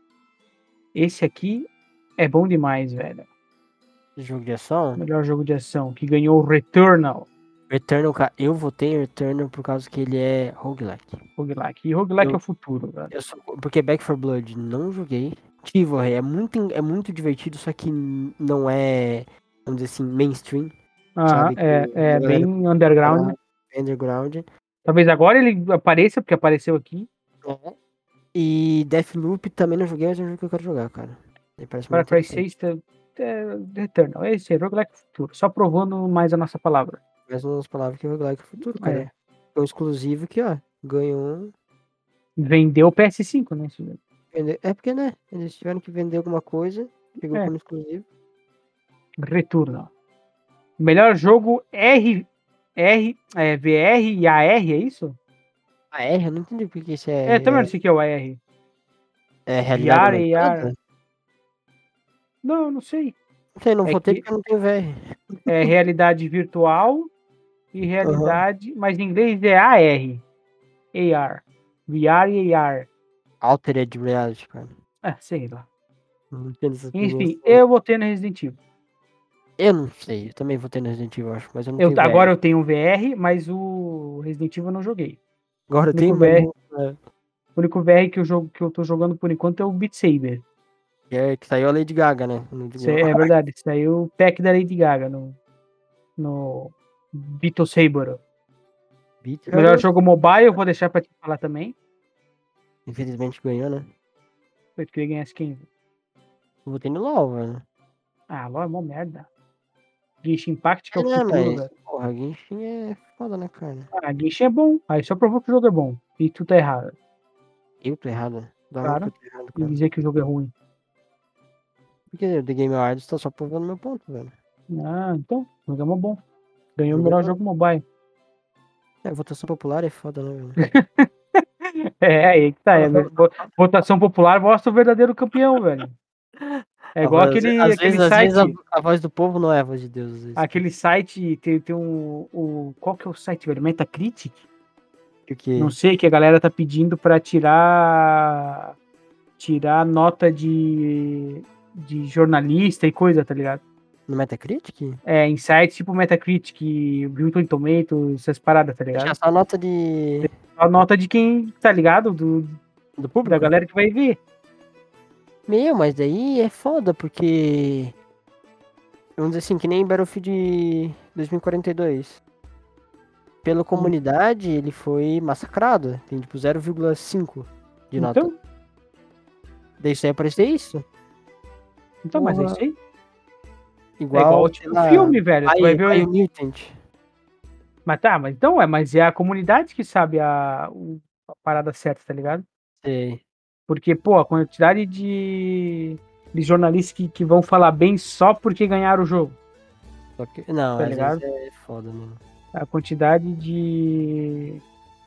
Esse aqui é bom demais, velho. Jogo de ação? Melhor jogo de ação, que ganhou o Returnal. Returnal, cara. Eu votei em Returnal por causa que ele é roguelike. Roguelike. E roguelike Eu- é o futuro, velho. Eu sou, porque Back four Blood não joguei. Chivalry é muito, é muito divertido, só que não é, vamos dizer assim, mainstream, Aham, sabe? Que é, é a galera bem underground. é underground. Talvez agora ele apareça, porque apareceu aqui. É. E Deathloop também não joguei, mas é um jogo que eu quero jogar, cara. Ele parece Para muito Cry interessante. seis, é, é, Returnal. É esse, é roguelike futuro. Só provando mais a nossa palavra. Mas umas palavras que roguelike é o futuro, cara. É. É um exclusivo que, ó, ganhou um. Vendeu o P S cinco, né? esse jogo. É porque, né? Eles tiveram que vender alguma coisa, pegou É. como exclusivo. Returnal. Melhor jogo R, R, é, V R e A R, é isso? A R, eu não entendi porque isso É, é, também é, não sei o que é o A R. é realidade V R, A R. aumentada. Não, não sei. Não sei, não É votei que porque eu não tenho V R. é realidade virtual e realidade, mas em inglês é A R. A R. V R e A R. Altered Reality, cara. Ah, sei lá. Não entendo essas Enfim, coisas. eu votei no Resident Evil. Eu não sei, eu também votei no Resident Evil, acho, mas eu não Eu, tenho agora V R. eu tenho o V R, mas o Resident Evil eu não joguei. Agora O eu tenho, único mas V R, não. É, o único V R que eu, jogo, que eu tô jogando por enquanto é o Beat Saber. que é que saiu a Lady Gaga, né? Não digo- Isso é verdade, saiu o pack da Lady Gaga no, no Beat Saber. Beat, Melhor cara, jogo mobile, eu vou deixar pra te falar também. infelizmente ganhou, né? Eu queria ganhar as quinze. Eu votei no LoL, velho. Ah, LoL é mó merda. Genshin Impact, que é É, o né, futuro, mas, velho. porra, Genshin é foda, né, cara? Ah, Genshin é bom. Aí só provou que o jogo é bom. E tu tá errado. Eu tô errado. Da onde que Claro. eu tô errado, E cara? dizer que o jogo é ruim. Porque o The Game Awards tá só provando meu ponto, velho. Ah, então, o jogo é mó bom. Ganhou o Jogo é melhor bom. jogo mobile. É, votação popular é foda, né, velho? É, aí que tá. É, votação popular mostra o verdadeiro campeão, velho. É A igual voz- aquele, às aquele vezes, às vezes a, site. a voz do povo não é a voz de Deus, às vezes. Aquele site tem, tem um. O, qual que é o site, velho? Metacritic? Porque Não sei, que a galera tá pedindo pra tirar. Tirar nota de. De jornalista e coisa, tá ligado? no Metacritic? É, em sites tipo Metacritic, Rotten Tomatoes, essas paradas, tá ligado? Deixar só a nota de... A nota de quem, tá ligado? Do, do da público? galera que vai ver. Meu, mas daí é foda, porque... Vamos dizer assim, que nem Battlefield dois mil e quarenta e dois. pela comunidade, ele foi massacrado. Tem tipo zero vírgula cinco de nota. Então, Daí isso aí aparecer isso. então mas é Porra. isso aí. Igual, É igual, sei tipo, lá, filme, velho. Tu vai Bio- ver. Biomutant. Mas tá, mas então é, mas é a comunidade que sabe a, o- a parada certa, tá ligado? Sei. Porque, pô, a quantidade de, de jornalistas que, que vão falar bem só porque ganharam o jogo, Só que, não, tá às vezes ligado? é foda mesmo. A quantidade de,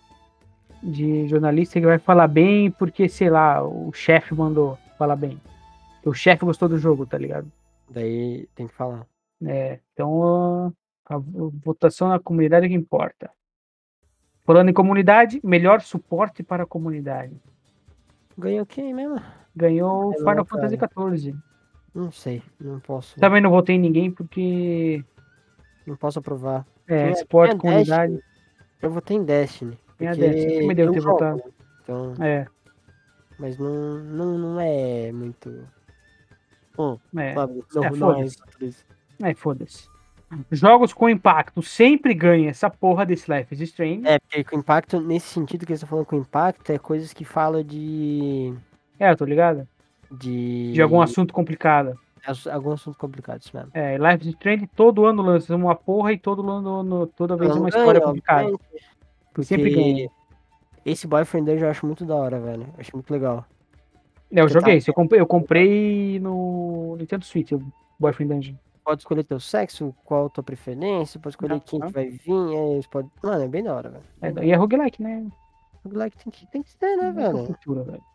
de jornalista que vai falar bem porque, sei lá, o chefe mandou falar bem. O chefe gostou do jogo, tá ligado? Daí tem que falar. É, então a, a votação na comunidade é que importa. Falando em comunidade, melhor suporte para a comunidade. Ganhou quem mesmo? Ganhou o É Final não, Fantasy cara. quatorze. Não sei. Não posso. Também não votei em ninguém porque Não posso aprovar. é, Tinha, suporte tinha comunidade. Destiny. Eu votei em Destiny. Quem é dessa? Eu também Porque devo eu ter jogo, votado. né? Então. É, Mas não, não, não é muito. Hum, é. sabe? Não, É, não é foda-se. por isso. É, foda-se. Jogos com impacto sempre ganha essa porra desse Life is Strange. É, porque com impacto, nesse sentido que você tá falando com impacto, é coisas que falam de. É, eu tô ligado? De algum de. assunto complicado. ass- alguns assuntos complicados mesmo. É, Life is Strange todo ano lança uma porra e todo ano, no- toda vez Ela não uma história ganha, complicada. obviamente, Sempre porque ganha. esse Boyfriend Dungeon eu acho muito da hora, velho. Eu acho muito legal. É, eu Porque tá, joguei isso. Eu comprei, eu comprei no Nintendo Switch, o Boyfriend Dungeon. pode escolher teu sexo, qual a tua preferência, pode escolher quem que Aham. vai vir, é, você pode... Mano, é bem da hora, velho. É, Bem da e é hora. roguelike, né? Roguelike tem que, tem que ser, né, Essa velho? cultura, velho.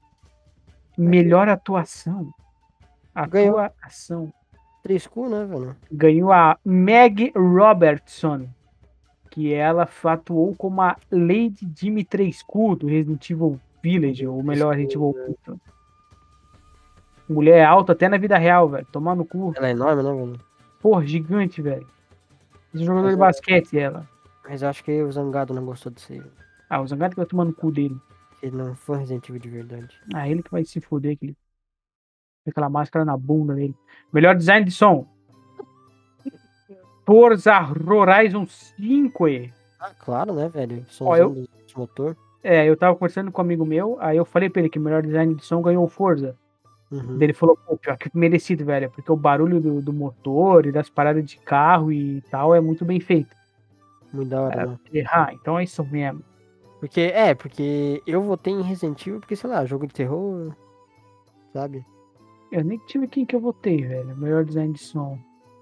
É que Melhor atuação. ganhou Atuação. três cu, né, velho? Ganhou a Meg Robertson, que ela atuou como a Lady Dimitrescu do Resident Evil Village, ou três melhor, Resident cu, Evil né? oito. Mulher é alta até na vida real, velho. Tomar no cu. Ela é enorme, né, velho? Porra, gigante, velho. Esse jogador Mas, de é- basquete, ela. mas eu acho que o Zangado não gostou disso aí, velho. Ah, o Zangato que vai tomar no cu dele. Ele não foi Resident Evil de verdade. Ah, ele que vai se fuder, aquele, aquela máscara na bunda dele. Melhor design de som. Forza Horizon cinco. Ah, claro, né, velho? Ó, Somzão eu, do do motor. é, eu tava conversando com um amigo meu, aí eu falei pra ele que o melhor design de som ganhou o Forza. Uhum. Daí ele falou, pô, pior que merecido, velho, porque o barulho do, do motor e das paradas de carro e tal é muito bem feito. Muito da hora, né? E, ah, então é isso mesmo. Porque, é, porque eu votei em Resident Evil porque, sei lá, jogo de terror, sabe? Eu nem tive quem que eu votei, velho. Melhor design de som.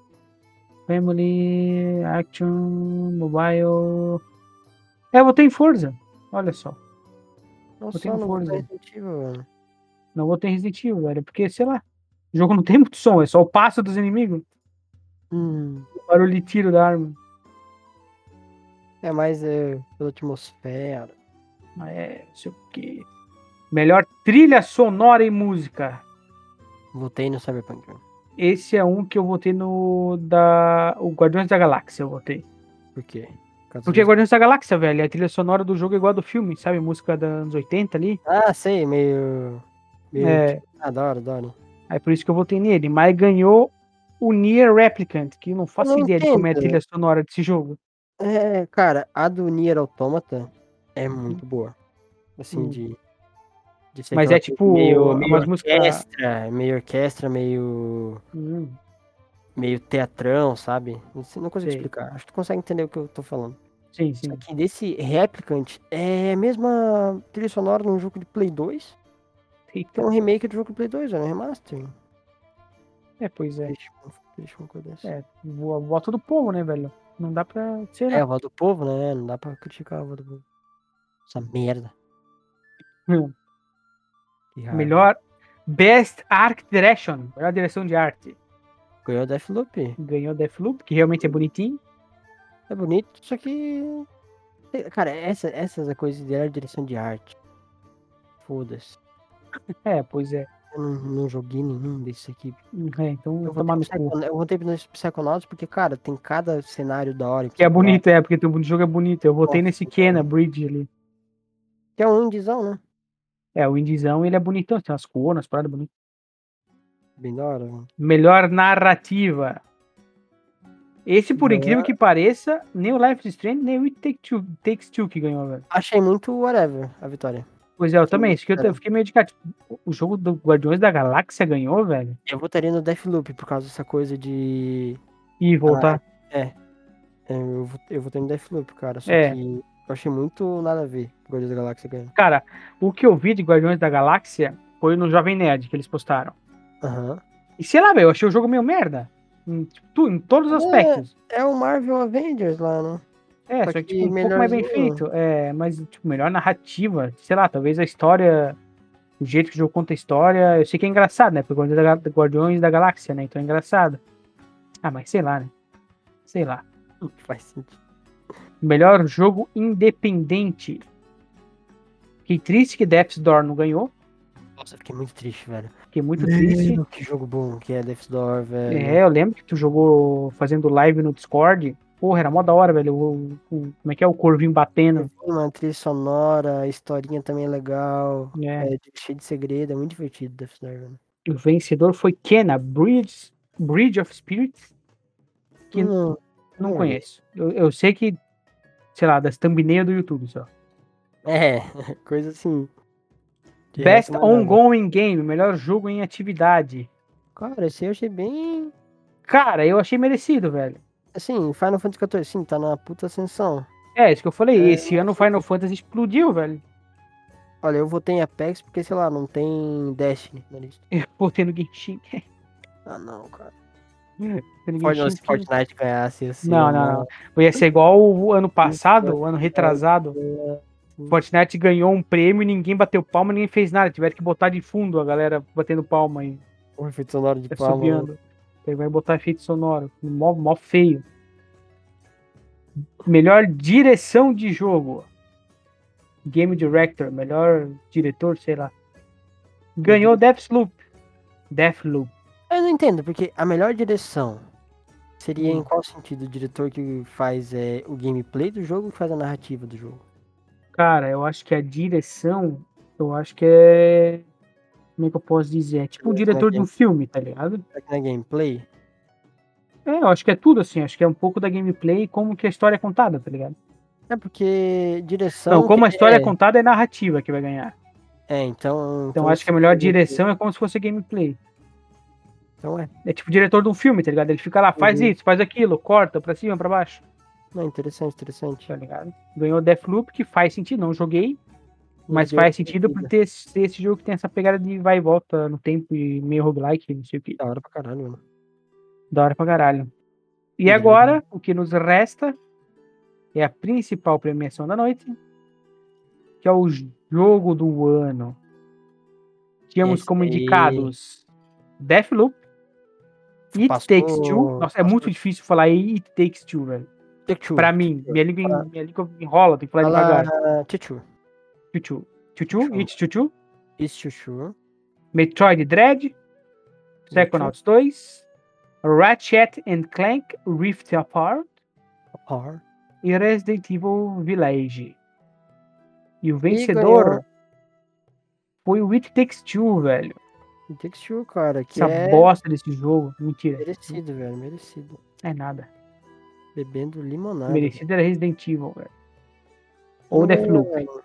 Family, Action, Mobile. É, eu votei em Forza. Olha só. Não Votei só em não votei em Forza. Resident Evil, velho. Não votei em Resident Evil, velho. Porque, sei lá. O jogo não tem muito som, é só o passo dos inimigos. Hum, O barulho de tiro da arma. é mais é, pela atmosfera. Mas é, não sei o quê. Melhor trilha sonora e música. Votei no Cyberpunk, velho. Esse é um que eu votei no. Da, o Guardiões da Galáxia, eu votei. Por quê? Por causa Porque dos- Guardiões da Galáxia, velho, a trilha sonora do jogo é igual a do filme, sabe? Música dos anos oitenta ali. Ah, sei, meio. Meio. É, tipo, Ah, da hora, da hora. aí por isso que eu votei nele. Mas ganhou o Nier Replicant, que eu não Eu faço não ideia de como é a entendo. trilha sonora desse jogo. É, cara, a do Nier Automata é muito boa. Assim, Hum. de. De ser Mas aquela é coisa tipo meio, meio umas músicas. orquestra, meio orquestra, meio. Hum, Meio teatrão, sabe? Não sei- não consigo sei. explicar. Acho que tu consegue entender o que eu tô falando. Sim, Só sim. que desse Replicant é a mesma trilha sonora num jogo de Play dois. Que é Eita. um remake do jogo de Play dois, é um remaster. É, pois é. Deixa, eu- deixa uma coisa dessa. É, vo- voto do povo, né, velho? Não dá pra ser, É, né? a voz do povo, né? Não dá pra criticar a voz do povo. Essa merda. Hum. Que raiva. Melhor Best Art Direction. Melhor direção de arte. Ganhou Deathloop. Ganhou Deathloop, que realmente é bonitinho. É bonito, só que. Cara, essa, essas é coisa de direção de arte. Foda-se. É, pois é. Eu não, não joguei nenhum desses aqui. Hum, É, então Eu vou vou tomar ter no cu. Psychonauts, eu vou ter no Psychonauts porque, cara, tem cada cenário da hora. em Que é Psychonauts. bonito, é, porque o jogo é bonito. Eu votei Nossa, nesse muito Kena bom. Bridge ali. Que é um indiezão, né? É, o Indizão, ele é bonitão, tem umas cores, umas paradas bonitas. Bem da hora, mano. Melhor narrativa. Esse, por incrível Ganhar- que pareça, nem o Life is Strange, nem o It Take Two, Takes Two que ganhou, velho. Achei muito whatever a vitória. Pois é, eu Achei também. muito Isso que eu, te- eu whatever. fiquei meio de cara. Tipo, o jogo do Guardiões da Galáxia ganhou, velho. Eu votaria no Deathloop por causa dessa coisa de. E Ah, voltar. é. é, Eu, vo- eu votei no Deathloop, cara. Só É. que eu achei muito nada a ver o Guardiões da Galáxia ganhando. Cara, o que eu vi de Guardiões da Galáxia foi no Jovem Nerd que eles postaram. Aham. E sei lá, velho, eu achei o jogo meio merda. Em, tipo, tu- em todos os aspectos. É, é o Marvel Avengers lá, né? É, Só só que, tipo, que um pouco mais bem melhorzinho. feito. É, mas, tipo, melhor narrativa. Sei lá, talvez a história, o jeito que o jogo conta a história. Eu sei que é engraçado, né? Porque Guardiões da, Ga- Guardiões da Galáxia, né? Então é engraçado. Ah, mas sei lá, né? Sei lá. Faz sentido. Melhor jogo independente. Fiquei triste que Death's Door não ganhou. Nossa, eu fiquei muito triste, velho. Fiquei muito triste. Meu, que jogo bom que é Death's Door, velho. É, eu lembro que tu jogou fazendo live no Discord. Porra, era mó da hora, velho. O, o- como é que é? O corvinho batendo. Uma trilha sonora, a historinha também é legal. Né? É cheio de segredo, é muito divertido Death's Door, velho. O vencedor foi Kena, Bridge, Bridge of Spirits, que Não, não não vi. conheço. Eu, eu sei que, sei lá, das thumbnails do YouTube só. É, coisa assim. De Best resto, mais nada. Ongoing Game, melhor jogo em atividade. Cara, esse aí eu achei bem. Cara, eu achei merecido, velho. Assim, Final Fantasy quatorze, sim, tá na puta ascensão. É, isso que eu falei. É, Esse ano o Final Fantasy explodiu, velho. olha, eu votei em Apex porque, sei lá, não tem Destiny na lista. Eu botei no Genshin. Ah, não, cara. No Fortnite, Genshin se que- Fortnite ganhasse, ia ser Não, não, uma... não. Ia ser igual o ano passado, o ano retrasado. Fortnite ganhou um prêmio e ninguém bateu palma, ninguém fez nada. Tiveram que botar de fundo a galera batendo palma e Um efeito sonoro de palma. assobiando. Aí vai botar efeito sonoro. Mó, mó feio. Melhor direção de jogo. Game Director, melhor diretor, sei lá. Ganhou Deathloop. Deathloop. Eu não entendo, porque a melhor direção seria Hum. em qual sentido? O diretor que faz é, o gameplay do jogo ou que faz a narrativa do jogo? Cara, eu acho que a direção, eu acho que é. Como é que eu posso dizer? É tipo o Será que diretor na de um game- filme, tá ligado? será que na gameplay? É, eu acho que é tudo assim. Acho que é um pouco da gameplay e como que a história é contada, tá ligado? É porque direção. Não, como a que- história é é, contada é narrativa que vai ganhar. é, então. Então acho que a melhor direção é como se fosse gameplay. Então é. É tipo o diretor de um filme, tá ligado? Ele fica lá, faz Uhum. isso, faz aquilo, corta pra cima, pra baixo, Não, interessante, interessante. tá ligado? Ganhou Deathloop, que faz sentido, não joguei, mas Joguei faz outra sentido por vida. ter esse, esse jogo que tem essa pegada de vai e volta no tempo e meio roguelike, não sei o que. Da hora pra caralho, mano. Da hora pra caralho. E Grande. agora, o que nos resta é a principal premiação da noite, que é o jogo do ano. Tínhamos Esse como aí indicados Deathloop, It passou- Takes Two. Nossa, é passou- muito difícil falar It Takes Two, velho. Take-Two. Pra mim, minha língua, Fala- minha língua enrola, tem que falar Fala devagar. Take-Two. Chuchu. Chuchu, Chuchu. It Chuchu. Isso, Chuchu. Metroid Dread. Psychonauts dois. Ratchet and Clank Rift Apart. Par. E Resident Evil Village. E o E vencedor ganhou foi o It Takes Two, velho. Take-Two, cara, que Essa é bosta desse jogo. Mentira. merecido, velho, merecido. É nada. Bebendo limonada. Merecido era Resident Evil, velho. Ou Não Deathloop. ganhou, velho.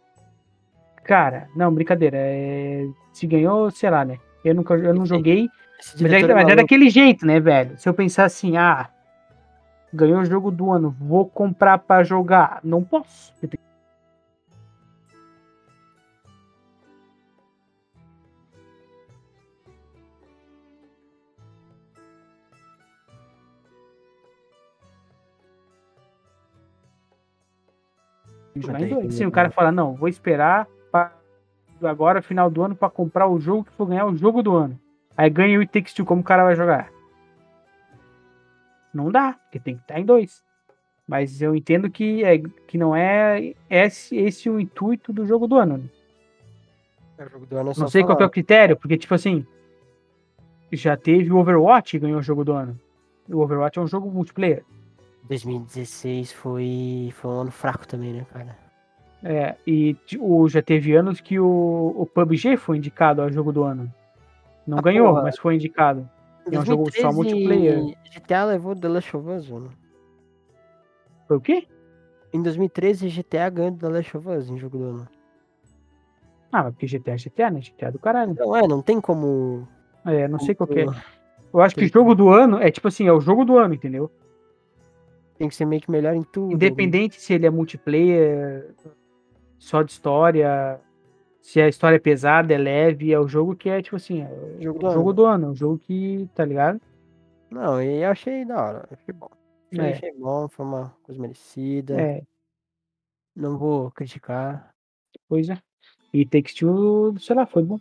Cara, não, brincadeira. É... Se ganhou, sei lá, né? Eu, nunca, eu não Esse- joguei. Esse Mas é, diretor é mas é maluco. daquele jeito, né, velho? Se eu pensar assim, ah, ganhou o jogo do ano, vou comprar pra jogar. Não posso. Eu tenho- que jogar em dois. Sim, o cara fala, não, vou esperar pra agora, final do ano, pra comprar o jogo que for ganhar o jogo do ano. Aí ganha o It Takes Two, como o cara vai jogar? Não dá, porque tem que estar em dois. Mas eu entendo que, é, que não é esse, esse o intuito do jogo do ano. Né? É o jogo do ano, é Não só sei qual que é falar. o critério, porque, tipo assim, já teve o Overwatch que ganhou o jogo do ano. O Overwatch é um jogo multiplayer. dois mil e dezesseis foi, foi um ano fraco também, né, cara? É, e t- o, já teve anos que o, o P U B G foi indicado ao jogo do ano. Não Ah, ganhou, porra. mas foi indicado. Em É um jogo só multiplayer. G T A levou The Last of Us, mano. Foi o quê? Em dois mil e treze, G T A ganhou The Last of Us em jogo do ano. Ah, mas porque G T A é G T A, né? G T A é do caralho. Não, é, não tem como... É, não sei qual que é. como Eu acho que tem, jogo do ano é tipo assim, é o jogo do ano, entendeu? tem que ser meio que melhor em tudo. Independente se ele é multiplayer, só de história, se a história é pesada, é leve, é o jogo que é, tipo assim, é Jogo do o jogo ano. do ano, é o jogo que, tá ligado? Não, e eu achei da hora. Achei bom. Achei, É, achei bom, foi uma coisa merecida. é, Não vou criticar. coisa. E Takes Two, sei lá, foi bom.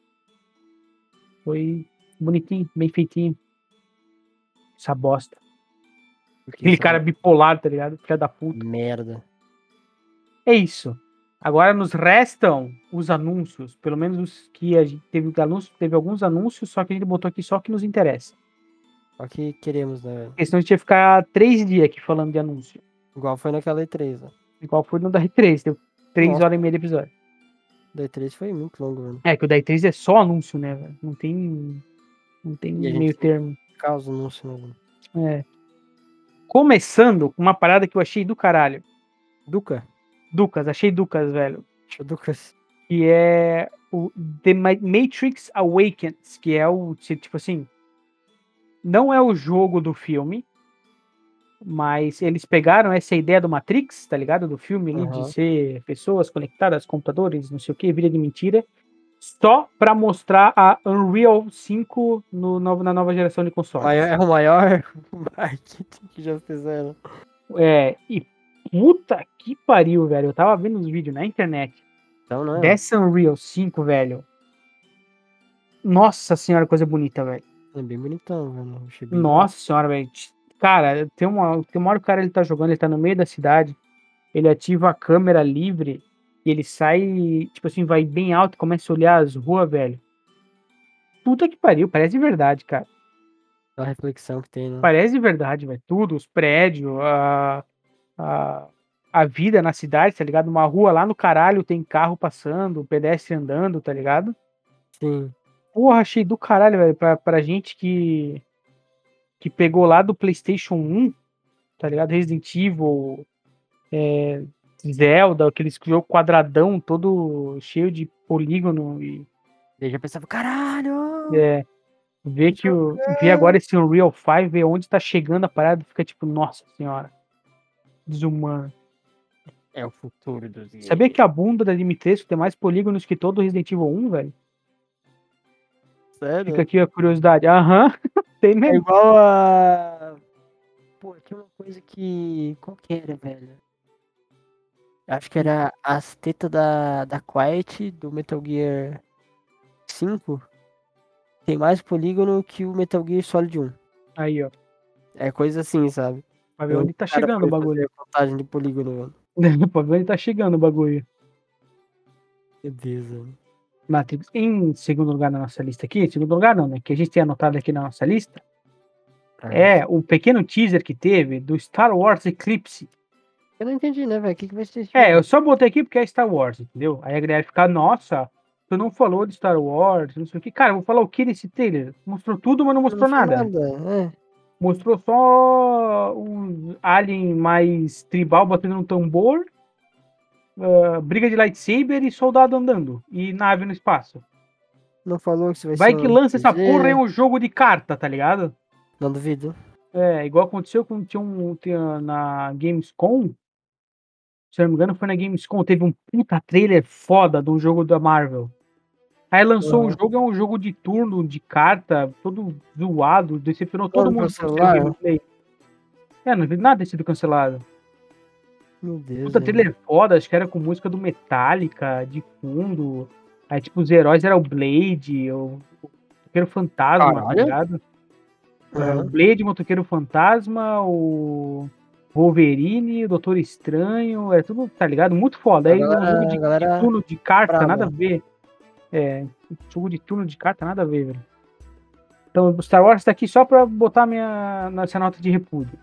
Foi bonitinho, bem feitinho. Essa bosta. Porque Aquele essa cara bipolar, tá ligado? Filha da puta. merda. É isso. Agora nos restam os anúncios, pelo menos os que a gente teve anúncio, teve alguns anúncios, só que a gente botou aqui só que nos interessa. Só que queremos, né? Porque senão a gente ia ficar três dias aqui falando de anúncio. Igual foi naquela E três, ó. Igual foi no da R três, deu três Nossa, horas e meia de episódio. da E três foi muito longo, mano. É, que o da R três é só anúncio, né, velho? Não tem. Não tem E a gente meio tem termo. causa anúncio, né, mano? É. Começando com uma parada que eu achei do caralho. Duca? Ducas, achei Ducas, velho. Deixa eu Ducas. Que é o The Matrix Awakens, que é o, tipo assim, não é o jogo do filme, mas eles pegaram essa ideia do Matrix, tá ligado? Do filme ali, de Aham. ser pessoas conectadas, computadores, não sei o que, vida de mentira, só pra mostrar a Unreal cinco no, no, na nova geração de consoles. Maior- É o maior marketing que já fizeram. É, e puta que pariu, velho. Eu tava vendo os vídeos na internet Então, não é? dessa Unreal cinco, velho. Nossa senhora, coisa bonita, velho. É bem bonitão, velho. Achei bem Nossa senhora, velho. Cara, tem uma, tem uma hora que o cara ele tá jogando, ele tá no meio da cidade, ele ativa a câmera livre e ele sai, tipo assim, vai bem alto e começa a olhar as ruas, velho. Puta que pariu, parece de verdade, cara. a reflexão que tem, né? Parece de verdade, velho. Tudo, os prédios, a, a, a vida na cidade, tá ligado? Uma rua lá no caralho tem carro passando, pedestre andando, tá ligado? Sim. Porra, achei do caralho, velho, pra, pra gente que, que pegou lá do PlayStation um, tá ligado? Resident Evil, é, Zelda, aqueles jogo quadradão, todo cheio de polígono e Daí já pensava, caralho! é, ver que o, ver agora esse Unreal cinco, ver onde tá chegando a parada, fica tipo, nossa senhora, desumano. É o futuro dos games. Sabia que a bunda da Dimitrescu tem mais polígonos que todo o Resident Evil um, velho? Sério? Fica aqui a curiosidade. Aham, tem É mesmo. igual a... Pô, tinha uma coisa que... Qual que era, velho? Acho que era as tetas da, da Quiet, do Metal Gear cinco. Tem mais polígono que o Metal Gear Solid um. Aí, ó. É coisa assim, sabe? Pra ver onde tá cara chegando o foi bagulho. fazer contagem de polígono, mano. Pra ver onde tá chegando o bagulho. Meu Deus, mano. Matrix, em segundo lugar na nossa lista aqui, em segundo lugar não, né? Que a gente tem anotado aqui na nossa lista, é o pequeno teaser que teve do Star Wars Eclipse. Eu não entendi, né, velho? O que, que vai ser esse É, jogo? eu só botei aqui porque é Star Wars, entendeu? Aí a galera fica, nossa, tu não falou de Star Wars, não sei o que. Cara, eu vou falar o que nesse trailer? Mostrou tudo, mas não mostrou Não foi nada. nada. Mostrou só um alien mais tribal batendo no tambor, uh, briga de lightsaber e soldado andando. E nave no espaço. Não falou que isso vai, Vai ser que um lança essa R P G. porra em um jogo de carta, tá ligado? Não duvido. É, igual aconteceu com tinha um, tinha na Gamescom. Se eu não me engano, foi na Gamescom. Teve um puta trailer foda de um jogo da Marvel. Aí lançou um Uhum. jogo, é um jogo de turno, de carta, todo zoado, decepcionou todo Todo mundo no por ser celular? gameplay. É, não vi nada ter sido cancelado. Meu Deus. Puta Né? trailer foda, acho que era com música do Metallica, de fundo. Aí, tipo, os heróis eram o Blade, o Motoqueiro Fantasma, tá Caralho. ligado? É, o Uhum. Blade, Motoqueiro Fantasma, o Wolverine, o Doutor Estranho, é tudo, tá ligado? Muito foda. A Aí um galera- jogo de, a galera de turno de carta, brava. nada a ver. É, jogo de turno de carta, nada a ver, velho. Então, o Star Wars tá aqui só pra botar minha, nessa nota de repúdio.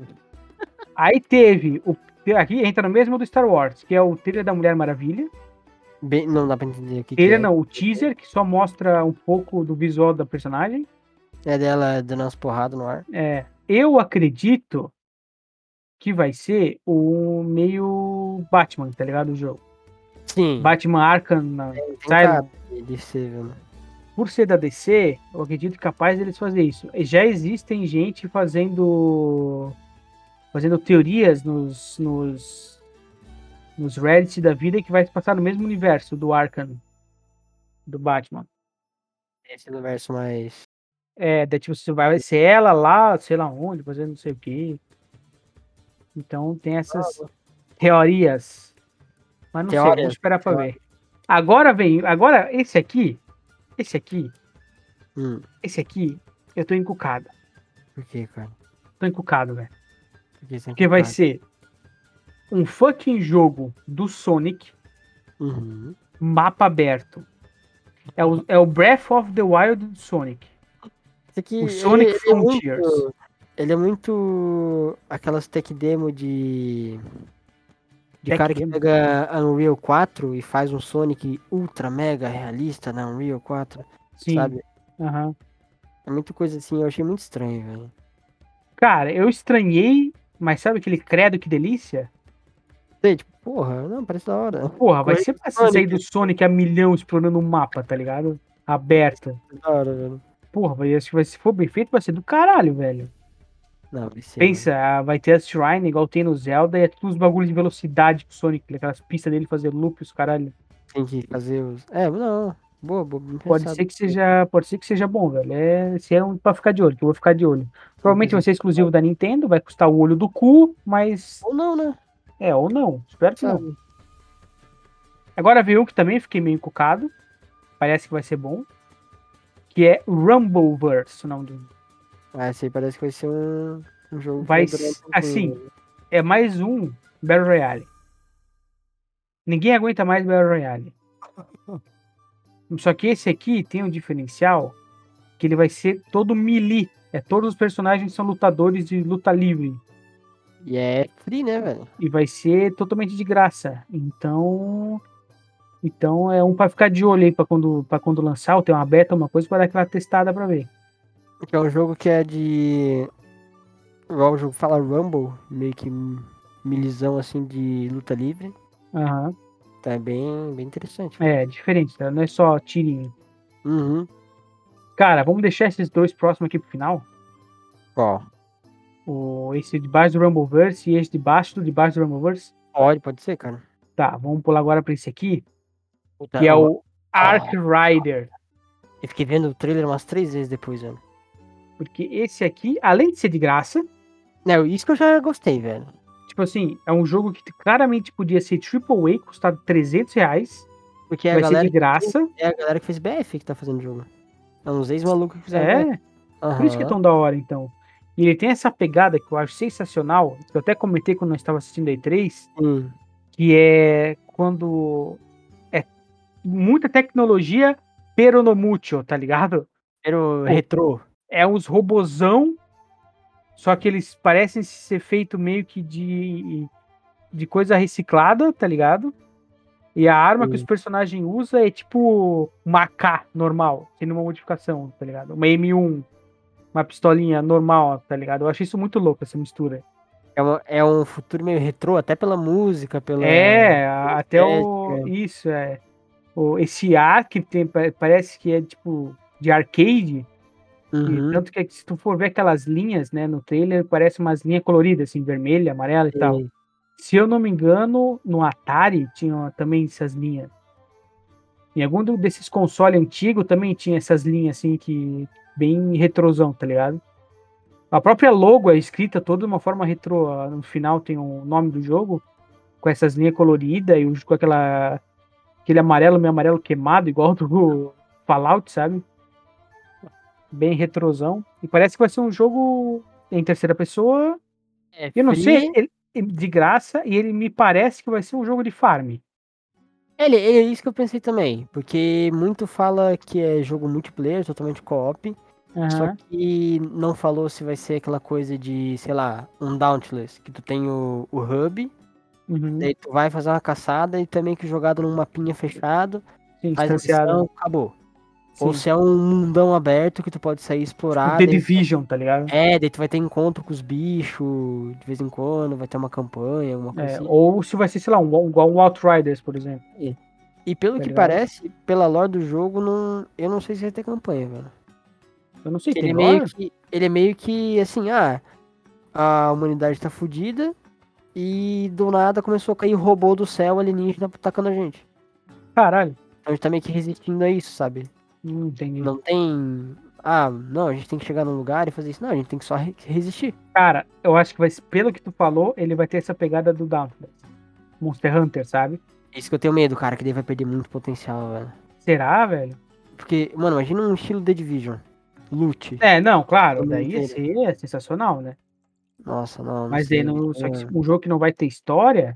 Aí teve, o, aqui entra no mesmo do Star Wars, que é o trailer da Mulher Maravilha. Bem, não dá pra entender o que, que Trailer é. não, o teaser, que só mostra um pouco do visual da personagem. É dela dando umas porradas no ar. É, eu acredito que vai ser o meio Batman, tá ligado? O jogo. Sim, Batman Arkham tem, tem cara Asylum. de, de ser, velho. Por ser da D C, eu acredito capaz deles fazer isso. Já existem gente fazendo fazendo teorias nos, nos, nos Reddit da vida que vai se passar no mesmo universo do Arkham, do Batman. Esse universo mais. É, daí, tipo, você vai ser ela lá, sei lá onde, fazendo não sei o quê. Então tem essas teorias. Mas não sei, vamos Teoria. esperar pra Teoria. ver. Agora vem, agora esse aqui, esse aqui, Hum, esse aqui, eu tô encucado. por que, cara? Tô encucado, velho. Por que sem Porque vai culpado? ser um fucking jogo do Sonic, Uhum. mapa aberto. É o, é o Breath of the Wild do Sonic. Esse aqui, O ele, Sonic ele é Frontiers. muito. Ele é muito. Aquelas tech demo de. De Tech cara que Demo. pega Unreal quatro e faz um Sonic ultra mega realista na Unreal quatro, Sim. sabe? Aham. É muita coisa assim, eu achei muito estranho, velho. Cara, eu estranhei, mas sabe aquele credo que delícia? Sei, tipo, porra, não, parece da hora. Porra, vai Correr ser com massa isso aí Sonic, do Sonic a milhão explorando um mapa, tá ligado? Aberto. da hora, velho. Porra, vai, acho que vai, se for bem feito, vai ser do caralho, velho. Não, vai ser, mano. Pensa, ah, vai ter a Shrine igual tem no Zelda e é tudo os bagulhos de velocidade com o Sonic, aquelas pistas dele fazer loop, os caralho. Tem que fazer os. É, não. Boa, boa, bem Pode pensado. ser que seja, pode ser que seja bom, velho. É, se é um pra ficar de olho, que eu vou ficar de olho. Uma Provavelmente vai coisa- ser exclusivo da Nintendo, vai custar o olho do cu, mas Ou não, né? é, ou não. Espero que não. Sabe? Agora veio um que também fiquei meio encucado. Parece que vai ser bom. Que é Rumbleverse, o nome do. Ah, esse aí parece que vai ser um, um jogo que Vai, vai durar um s- tempinho, assim, velho. é mais um Battle Royale. Ninguém aguenta mais Battle Royale. Só que esse aqui tem um diferencial que ele vai ser todo melee. É, todos os personagens são lutadores de luta livre. E é free, né, velho? E vai ser totalmente de graça. Então, então é um para ficar de olho aí para quando, para quando lançar, ou ter uma beta, uma coisa, para dar aquela testada para ver. Que é um jogo que é de. Igual o jogo fala Rumble, meio que milizão assim de luta livre. Aham. Tá bem, bem interessante. É, diferente, tá? Não é só tirinho. Uhum. Cara, vamos deixar esses dois próximos aqui pro final. Ó, O, esse de baixo do Rumbleverse e esse de baixo do de baixo do Rumbleverse. pode, pode ser, cara. Tá, vamos pular agora para esse aqui, que Puta, é ó, o Ark Rider. eu fiquei vendo o trailer umas três vezes depois, velho. Porque esse aqui, além de ser de graça, Não, isso que eu já gostei, velho. tipo assim, é um jogo que claramente podia ser Triple A, custar trezentos reais. Porque é a Vai ser de galera que fez, graça. é a galera que fez B F que tá fazendo o jogo. É uns ex-malucos que fizeram B F. É, por isso que é Aham. tão da hora, então. E ele tem essa pegada que eu acho sensacional, que eu até comentei quando nós estava assistindo a E três, Hum. que é quando é muita tecnologia, pero no mucho, tá ligado? Pero Pô, retrô. é uns robozão, só que eles parecem ser feito meio que de, de coisa reciclada, tá ligado? E a arma que os Hum. personagens usam é tipo uma A K normal, sem nenhuma modificação, tá ligado? Uma M um, uma pistolinha normal, tá ligado? Eu achei isso muito louco, essa mistura. É, uma- é um futuro meio retrô, até pela música, pela É, a- até o. estética. Isso, é. O, esse ar que tem, pa- parece que é tipo de arcade. E Uhum. tanto que se tu for ver aquelas linhas, né, no trailer, parece umas linhas coloridas, assim, vermelha, amarela e tal. Sei. Se eu não me engano, no Atari tinha também essas linhas. Em algum do- desses consoles antigos também tinha essas linhas, assim, que bem retrosão, tá ligado? A própria logo é escrita toda de uma forma retrô. No final tem o nome do jogo, com essas linhas coloridas e o- com aquela, aquele amarelo, meio amarelo queimado, igual do Fallout, sabe? Bem retrosão. E parece que vai ser um jogo em terceira pessoa. É Eu não sei, free. ele- de graça, e ele me parece que vai ser um jogo de farm. Ele, ele- é isso que eu pensei também, porque muito fala que é jogo multiplayer, totalmente co-op, só Aham. que não falou se vai ser aquela coisa de, sei lá, um Dauntless, que tu tem o, o hub, Uhum. daí tu vai fazer uma caçada e também que jogado num mapinha fechado, Sim, faz a distanciado. missão, acabou. Ou Sim. se é um mundão aberto que tu pode sair e explorar. Tipo The daí- Division, tá ligado? É, daí tu vai ter encontro com os bichos de vez em quando, vai ter uma campanha, alguma coisa É, assim. ou se vai ser, sei lá, um, igual um Outriders, por exemplo, É. E pelo tá que ligado? parece, pela lore do jogo, não, eu não sei se vai ter campanha, velho. Eu não sei, Ele tem é meio lore? que, ele é meio que assim, ah, a humanidade tá fudida e do nada começou a cair robô do céu alienígena atacando a gente. Caralho, Então a gente tá meio que resistindo a isso, sabe? não entendi. Não tem. Ah, não, a gente tem que chegar num lugar e fazer isso. Não, a gente tem que só re- resistir. Cara, eu acho que vai, pelo que tu falou, ele vai ter essa pegada do Dauntless. Monster Hunter, sabe? É isso que eu tenho medo, cara, que daí vai perder muito potencial, velho. Será, velho? Porque, mano, imagina um estilo The Division. Loot. É, não, claro, o mundo daí ia inteiro. ser sensacional, né? Nossa, não, não Mas daí, sei. no, só que É, um jogo que não vai ter história,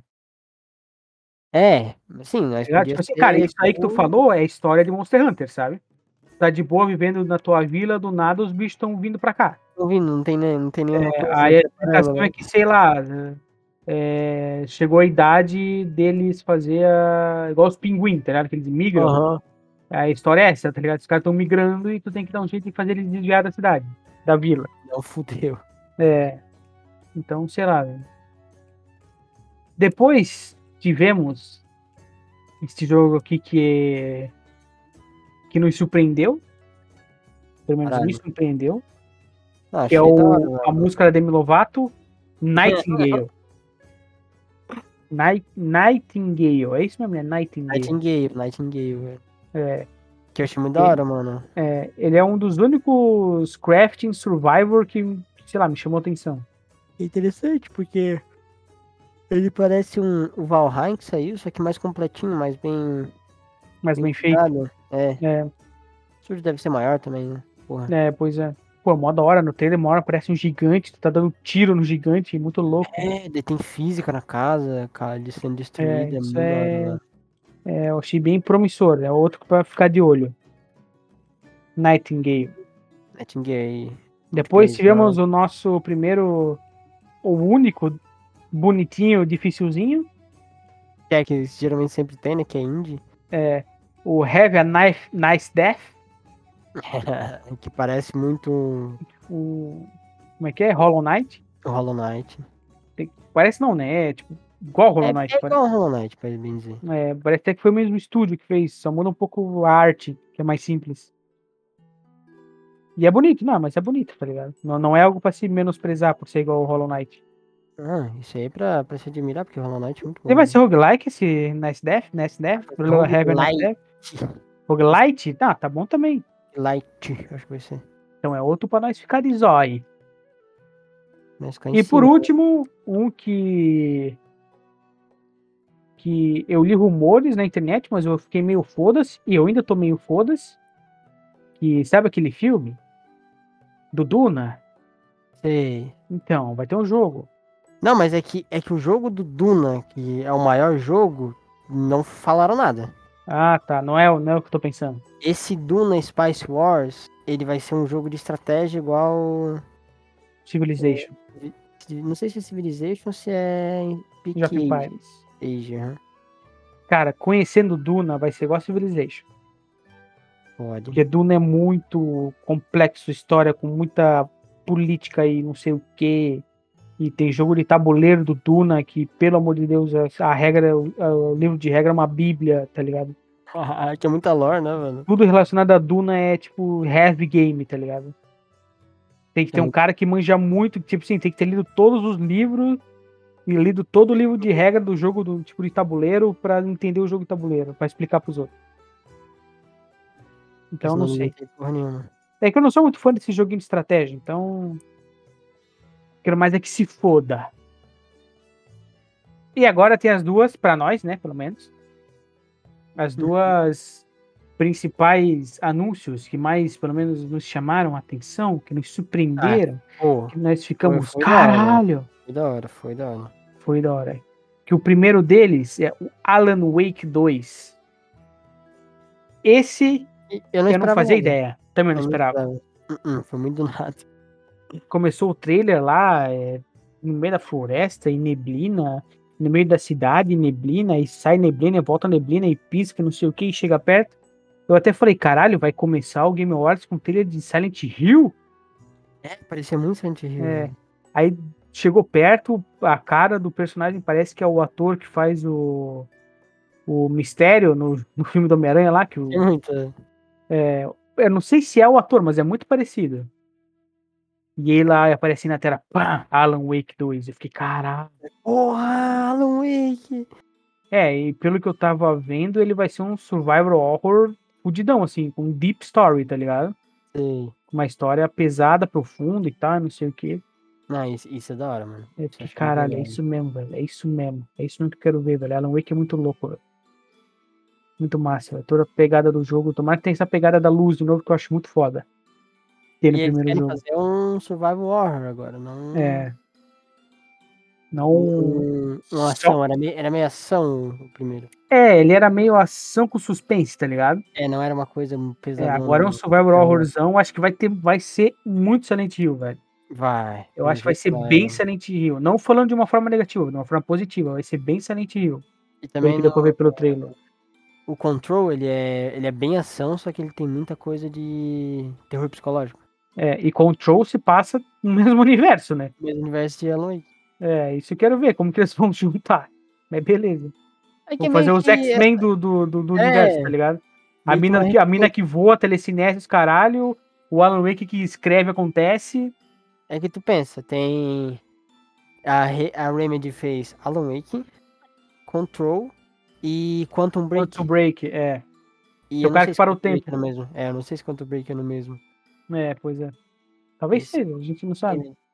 é, sim, tá nós ligado? podia Tipo assim, cara, ser isso aí que tu como. falou é história de Monster Hunter, sabe? Tá de boa vivendo na tua vila, do nada os bichos estão vindo pra cá. Tô ouvindo, não tem, nem- não tem nenhuma coisa Aí a preparando, explicação é né? que, sei lá, é, chegou a idade deles fazer a, igual os pinguins, tá ligado? Que eles migram. Aham. A história é essa, tá ligado? Os caras estão migrando e tu tem que dar um jeito de fazer eles desviar da cidade, da vila. Não, fudeu. É, então, sei lá, velho. Depois tivemos este jogo aqui que, que nos surpreendeu, pelo menos me Caralho. surpreendeu, Ah, que é achei da hora, o, a velho. música da Demi Lovato, Nightingale. Night, Nightingale, é isso mesmo, é Nightingale. Nightingale, Nightingale, velho. É, Que eu achei muito da ele, hora, mano. é, ele é um dos únicos crafting survivor que, sei lá, me chamou a atenção. Interessante, porque ele parece um o Valheim que saiu, só que mais completinho, mais bem, Mas bem bem feito. cuidado. É, É, o estúdio deve ser maior também, né? Porra. é, pois é. Pô, mó da hora, no trailer, uma hora parece um gigante, tu tá dando tiro no gigante, muito louco. É, daí tem física na casa, cara, de sendo É, destruída, é isso muito da hora, é, velho. é, eu achei bem promissor, é outro pra ficar de olho. Nightingale. Nightingale. Depois Multiplayer, tivemos da o nosso primeiro, o único, bonitinho, dificilzinho, que é que geralmente sempre tem, né? Que é indie. é, o Have a Knife, Nice Death, que parece muito o, como é que é? Hollow Knight. o Hollow Knight. Tem- Parece não, né? É tipo, igual Hollow É, Knight. é Parece, igual o Hollow Knight, pra bem dizer. é, parece até que foi o mesmo estúdio que fez, só muda um pouco a arte, que é mais simples. E é bonito, não, mas é bonito, tá ligado? Não, não é algo pra se menosprezar por ser igual ao Hollow Knight. Ah, isso aí é pra, pra se admirar, porque o Hollow Knight é muito Ele bom, vai né? ser roguelike esse Nice Death? Nice Death? Have a Nice Roguelite. Death? Roguelite? Tá, tá bom também. Light, acho que vai ser. Então é outro pra nós ficar de zóio. Mas ficar em E por cima. último, um que. que eu li rumores na internet, mas eu fiquei meio foda-se, e eu ainda tô meio foda-se. Que sabe aquele filme? Do Duna? Sei. Então, vai ter um jogo. Não, mas é que, é que o jogo do Duna, que é o maior jogo, não falaram nada. Ah, tá. Não é, o- não é o que eu tô pensando. Esse Duna Spice Wars, ele vai ser um jogo de estratégia igual. Civilization. Não sei se é Civilization ou se é Já of Peak Age. Empires. Age, aham. Cara, conhecendo Duna vai ser igual a Civilization. Pode. Porque Duna é muito complexo, história com muita política e não sei o que. E tem jogo de tabuleiro do Duna que, pelo amor de Deus, a a regra, o, o livro de regra é uma bíblia, tá ligado? Que é muita lore, né, mano? Tudo relacionado a Duna é tipo heavy game, tá ligado? Tem que É ter um muito- cara que manja muito, tipo assim, tem que ter lido todos os livros e lido todo o livro de regra do jogo do tipo de tabuleiro pra entender o jogo de tabuleiro, pra explicar pros outros. Então eu senão não ninguém sei. tem porra nenhuma. É que eu não sou muito fã desse joguinho de estratégia, então quero mais é que se foda. E agora tem as duas, pra nós, né, pelo menos. As duas principais anúncios que mais, pelo menos, nos chamaram a atenção, que nos surpreenderam, Pô, que nós ficamos, foi da hora. caralho, foi da hora, foi da hora. foi da hora. Que o primeiro deles é o Alan Wake dois. Esse E Eu não eu não esperava fazia nada. ideia, também não Eu não esperava. esperava. Uh-uh, Foi muito do nada. Começou o trailer lá, é, no meio da floresta, e neblina, no meio da cidade, neblina, e sai neblina, e volta neblina, e pisca, não sei o que, e chega perto. Eu até falei, caralho, vai começar o Game Awards com trilha de Silent Hill? É, parecia muito Silent Hill, É. velho. Aí chegou perto, a cara do personagem parece que é o ator que faz o, o Mistério no, no filme do Homem-Aranha lá, que Tem o, muita. é, eu não sei se é o ator, mas é muito parecido. E ele lá aparece na tela, pá, Alan Wake dois. Eu fiquei, caralho. Porra, Alan Wake! É, e pelo que eu tava vendo, ele vai ser um survival horror fudidão, assim, com deep story, tá ligado? Sei. Uma história pesada, profunda e tal, não sei o quê. Não, isso, isso é da hora, mano. Eu Isso eu fiquei, acho muito caralho, é legal. isso mesmo, velho. É isso mesmo. É isso mesmo que eu quero ver, velho. Alan Wake é muito louco, velho. Muito massa, velho. Toda a pegada do jogo. Tomara que tenha essa pegada da luz de novo, que eu acho muito foda. Ter no E eles primeiro querem jogo. fazer um survival horror agora, não É. Não. um, uma Só. ação. Era meio, era meio ação o primeiro. É, ele era meio ação com suspense, tá ligado? É, não era uma coisa É, agora é um pesadona. survival Terror. horrorzão. Acho que vai ter, vai ser muito Silent Hill, velho. Vai, Eu pelo acho que vai jeito ser vai. bem Silent Hill. Não falando de uma forma negativa, de uma forma positiva. Vai ser bem Silent Hill. E Pelo também que no, deu pra ver pelo trailer. o Control, ele é, ele é bem ação, só que ele tem muita coisa de terror psicológico. É, e Control se passa no mesmo universo, né? O mesmo universo de Alan Wake. É, isso eu quero ver, como que eles vão juntar. Mas beleza. É que Vão é fazer meio os que. X-Men do, do, do, do universo, É, tá ligado? A meio que um mina, que, a mina R P G. que voa, telecinese, os caralho. O Alan Wake que escreve acontece. É que tu pensa, tem. A, Re- a Remedy fez Alan Wake, Control e Quantum Quantum Break. Break, é. E Que é eu o não cara sei que se para o Quantum Break é tempo. no mesmo. É, eu não sei se Quantum Break é no mesmo. É, pois é. Talvez Esse, seja, a gente não sabe. ele-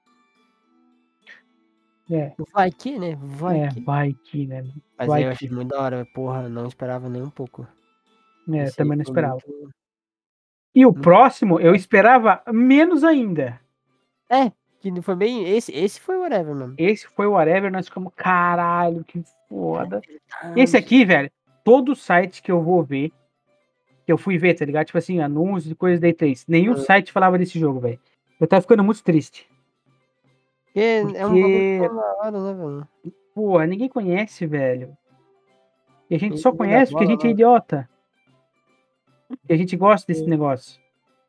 É, vai que, né? Vai é, que. vai que, né? Mas Vai eu achei que. muito da hora, porra, não esperava nem um pouco. É, Esse aí também não foi esperava. muito. E o muito... próximo, eu esperava menos ainda. É, que foi bem. Esse, esse foi whatever, mano. Esse foi o Whatever, nós ficamos, caralho, que foda. Esse Verdade. aqui, velho, todo site que eu vou ver, que eu fui ver, tá ligado? Tipo assim, anúncios e coisas da E três. Nenhum site falava desse jogo, velho. Eu tava ficando muito triste. Porque é um bagulho Porque, tão da hora, né, velho? pô, ninguém conhece, velho. E a gente Ninguém só nem dá conhece porque a gente é bola, idiota. E a gente gosta desse né? negócio.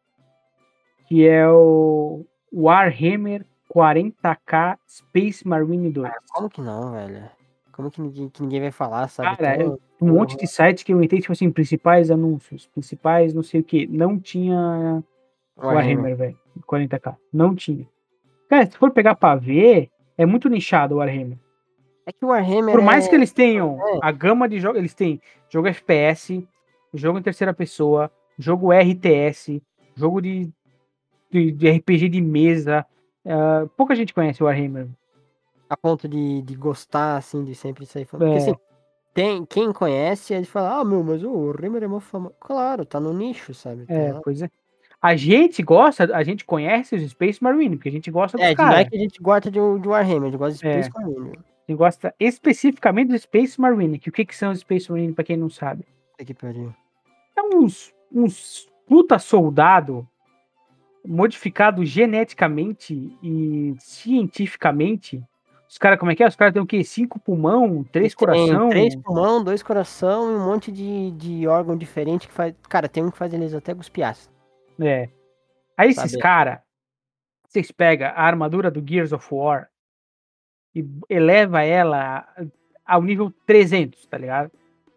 Que é o Warhammer quarenta K Space Marine dois. Como que não, velho? Como que ninguém, que ninguém vai falar, sabe? Cara, é Tão, um monte de porra, site que eu entrei, tipo assim, principais anúncios, principais não sei o que. Não tinha Warhammer. Warhammer, velho. quarenta K. Não tinha. Cara, se for pegar pra ver, é muito nichado o Warhammer. É que o Warhammer Por mais é. que eles tenham É, a gama de jogos, eles têm jogo F P S, jogo em terceira pessoa, jogo R T S, jogo de, de, de R P G de mesa. Uh, pouca gente conhece o Warhammer. a ponto de, de gostar, assim, de sempre sair falando. Porque assim, É, tem, quem conhece, ele fala, ah, meu, mas o Warhammer é mó famoso. Claro, tá no nicho, sabe? é, Tá. pois é. A gente gosta, a gente conhece os Space Marine, porque a gente gosta dos É, não é caras. que a gente gosta de, de Warhammer, a gente gosta de É, Space Marine. a gente gosta especificamente do Space Marine. Que o que, que são os Space Marine, pra quem não sabe? Puta que pariu. É uns, uns puta soldado modificado geneticamente e cientificamente. Os caras, como é que é? Os caras têm o quê? Cinco pulmão, três Eles têm três coração. pulmão, dois coração e um monte de, de órgão diferente que faz. Cara, tem um que faz eles até cuspir ácido, É. Aí esses sabe? caras, vocês pegam a armadura do Gears of War e eleva ela ao nível trezentos, tá ligado?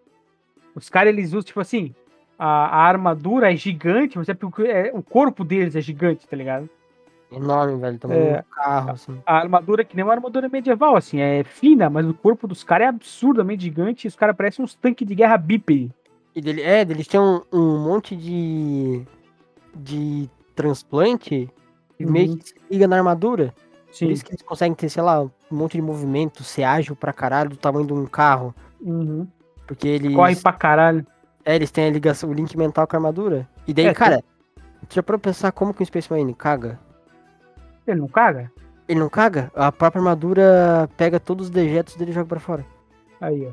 Os caras, eles usam, tipo assim, a, a armadura é gigante, mas é porque é, o corpo deles é gigante, tá ligado? Enorme, velho. Tamanho de um É, carro, assim. a armadura é que nem uma armadura medieval, assim, é fina, mas o corpo dos caras é absurdamente gigante e os caras parecem uns tanques de guerra bípede. E dele, é, eles têm um, um monte de. de transplante que meio Uhum, que se liga na armadura. Por sim. isso que eles conseguem ter, sei lá, um monte de movimento, ser ágil pra caralho do tamanho de um carro. Uhum. Porque Corre eles. pra caralho. É, eles têm a ligação, o link mental com a armadura. E daí, É, cara, já pra pensar como que o Space Marine caga? ele não caga? Ele não caga? A própria armadura pega todos os dejetos dele e joga pra fora. Aí, ó.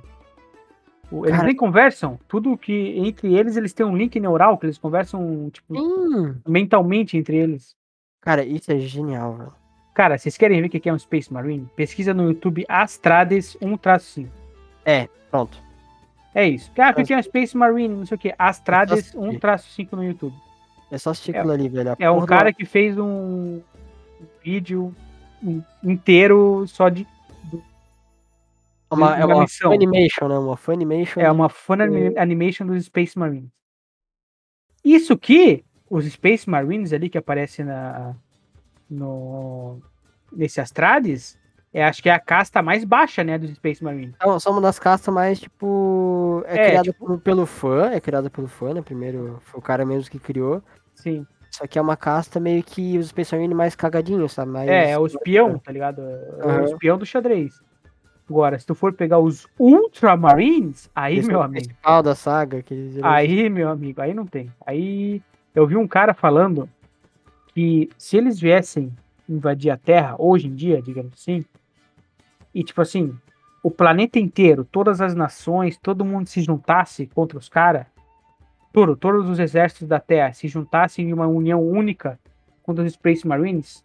O- Eles Cara, nem conversam. Tudo que entre eles, eles têm um link neural que eles conversam, tipo, sim. mentalmente entre eles. Cara, isso é genial, velho. Cara, vocês querem ver o que é um Space Marine? Pesquisa no YouTube Astrades um cinco. É, pronto. É isso. Ah, que tinha Space Marine, não sei o que. Astrades assistir. um cinco no YouTube. É só assistir aquilo ali, velho. A É um porra cara do- que fez um vídeo um- inteiro só de, do- É de uma, é uma uma missão. Funimation, né? Uma Funimation. É de- uma fan anima- animation dos Space Marines. Isso que os Space Marines ali que aparecem na, no, nesse Astrades, é, acho que é a casta mais baixa, né, dos Space Marines. São, são uma das castas mais, tipo. É, É, criada tipo- por- pelo fã. É criada pelo fã, né? Primeiro foi o cara mesmo que criou. Sim. Só que é uma casta meio que os Space Marine mais cagadinhos, sabe? Mais... É, é o espião, tá ligado? É o Aham. espião do xadrez. Agora, se tu for pegar os Ultramarines, aí, Esse é meu o amigo. principal da saga. Que eles geralmente- Aí, meu amigo, aí não tem. Aí eu vi um cara falando que se eles viessem invadir a Terra, hoje em dia, digamos assim, e tipo assim, o planeta inteiro, todas as nações, todo mundo se juntasse contra os caras, todo, todos os exércitos da Terra se juntassem em uma união única contra os Space Marines,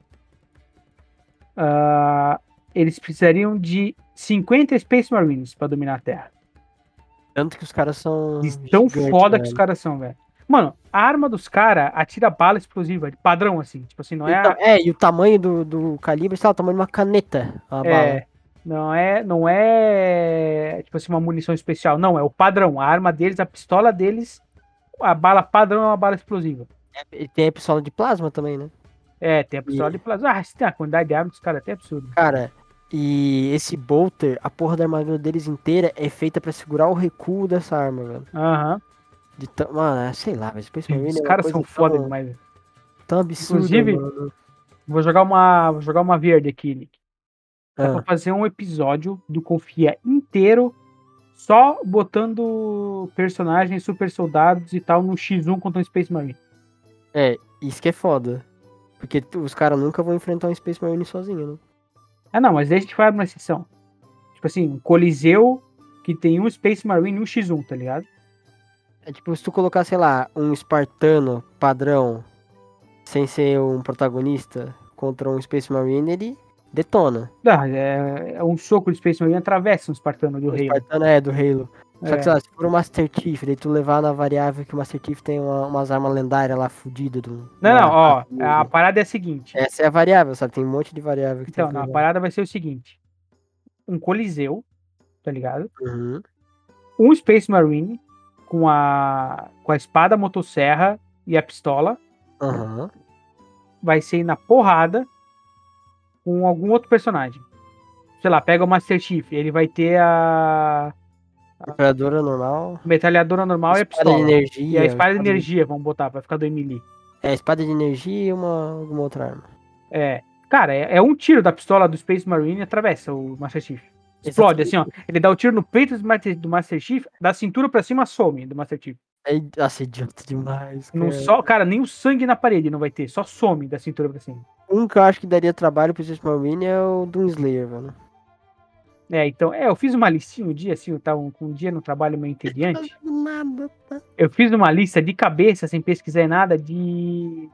ah, eles precisariam de cinquenta Space Marines para dominar a Terra. Tanto que os caras são. De tão gigantes, foda que velho. os caras são, velho. Mano, a arma dos caras atira bala explosiva, de padrão, assim. Tipo assim, não é. Então, a- é, e o tamanho do, do calibre, sei lá, o tamanho de uma caneta, a bala. é, não é. Não é. Tipo assim, uma munição especial. Não, é o padrão. A arma deles, a pistola deles, a bala padrão é uma bala explosiva. E tem a pistola de plasma também, né? É, tem a E- pistola de plasma. Ah, se tem a quantidade de armas dos caras é até absurdo. Cara, e esse bolter, a porra da armadura deles inteira é feita pra segurar o recuo dessa arma, velho. Aham. De tão- Mano, é, sei lá, velho. Space Marine Os é uma caras coisa são foda tão, demais, velho. tão absurda, Inclusive, mano. vou jogar uma. Vou jogar uma verde aqui, Nick. Dá pra Ah, fazer um episódio do Confia inteiro só botando personagens, super soldados e tal no xis um contra um Space Marine. é, isso que é foda. Porque tu- os caras nunca vão enfrentar um Space Marine sozinho, né? Ah, não, mas daí a gente vai abrir uma exceção. Tipo assim, um Coliseu que tem um Space Marine e um xis um, tá ligado? É tipo, se tu colocar, sei lá, um espartano padrão, sem ser um protagonista, contra um Space Marine, ele detona. Ah, é, é um soco de Space Marine atravessa um espartano do O rei. espartano é do Halo. Só É. que, sei lá, se for um Master Chief, daí tu levar na variável que o Master Chief tem uma- umas armas lendárias lá, fudidas. Do, Não, uma- não, ó, a parada é a seguinte. Essa é a variável, sabe? Tem um monte de variável que Então, tem que não, a levar. parada vai ser o seguinte. Um Coliseu, tá ligado? Uhum. Um Space Marine com a, com a espada, a motosserra e a pistola. Aham. Vai ser na porrada com algum outro personagem. Sei lá, pega o Master Chief, ele vai ter a Metralhadora normal. metralhadora normal e a Espada de pistola. energia. E a espada de de- energia, vamos botar, vai ficar do Emily. É, espada de energia e uma, alguma outra arma. É. Cara, é, é um tiro da pistola do Space Marine e atravessa o Master Chief. Explode, assim, ó. Ele dá o tiro no peito do Master, do Master Chief, da cintura pra cima some do Master Chief. É, nossa, idiota demais, Não cara. só, cara, nem o sangue na parede não vai ter, só some da cintura pra cima. Um que eu acho que daria trabalho pro Space Marine é o Doom Slayer, velho. É, então, é, eu fiz uma listinha um dia, assim, eu tava com um dia no trabalho meio entediante. Nada, tá? Eu fiz uma lista de cabeça, sem pesquisar em nada, de.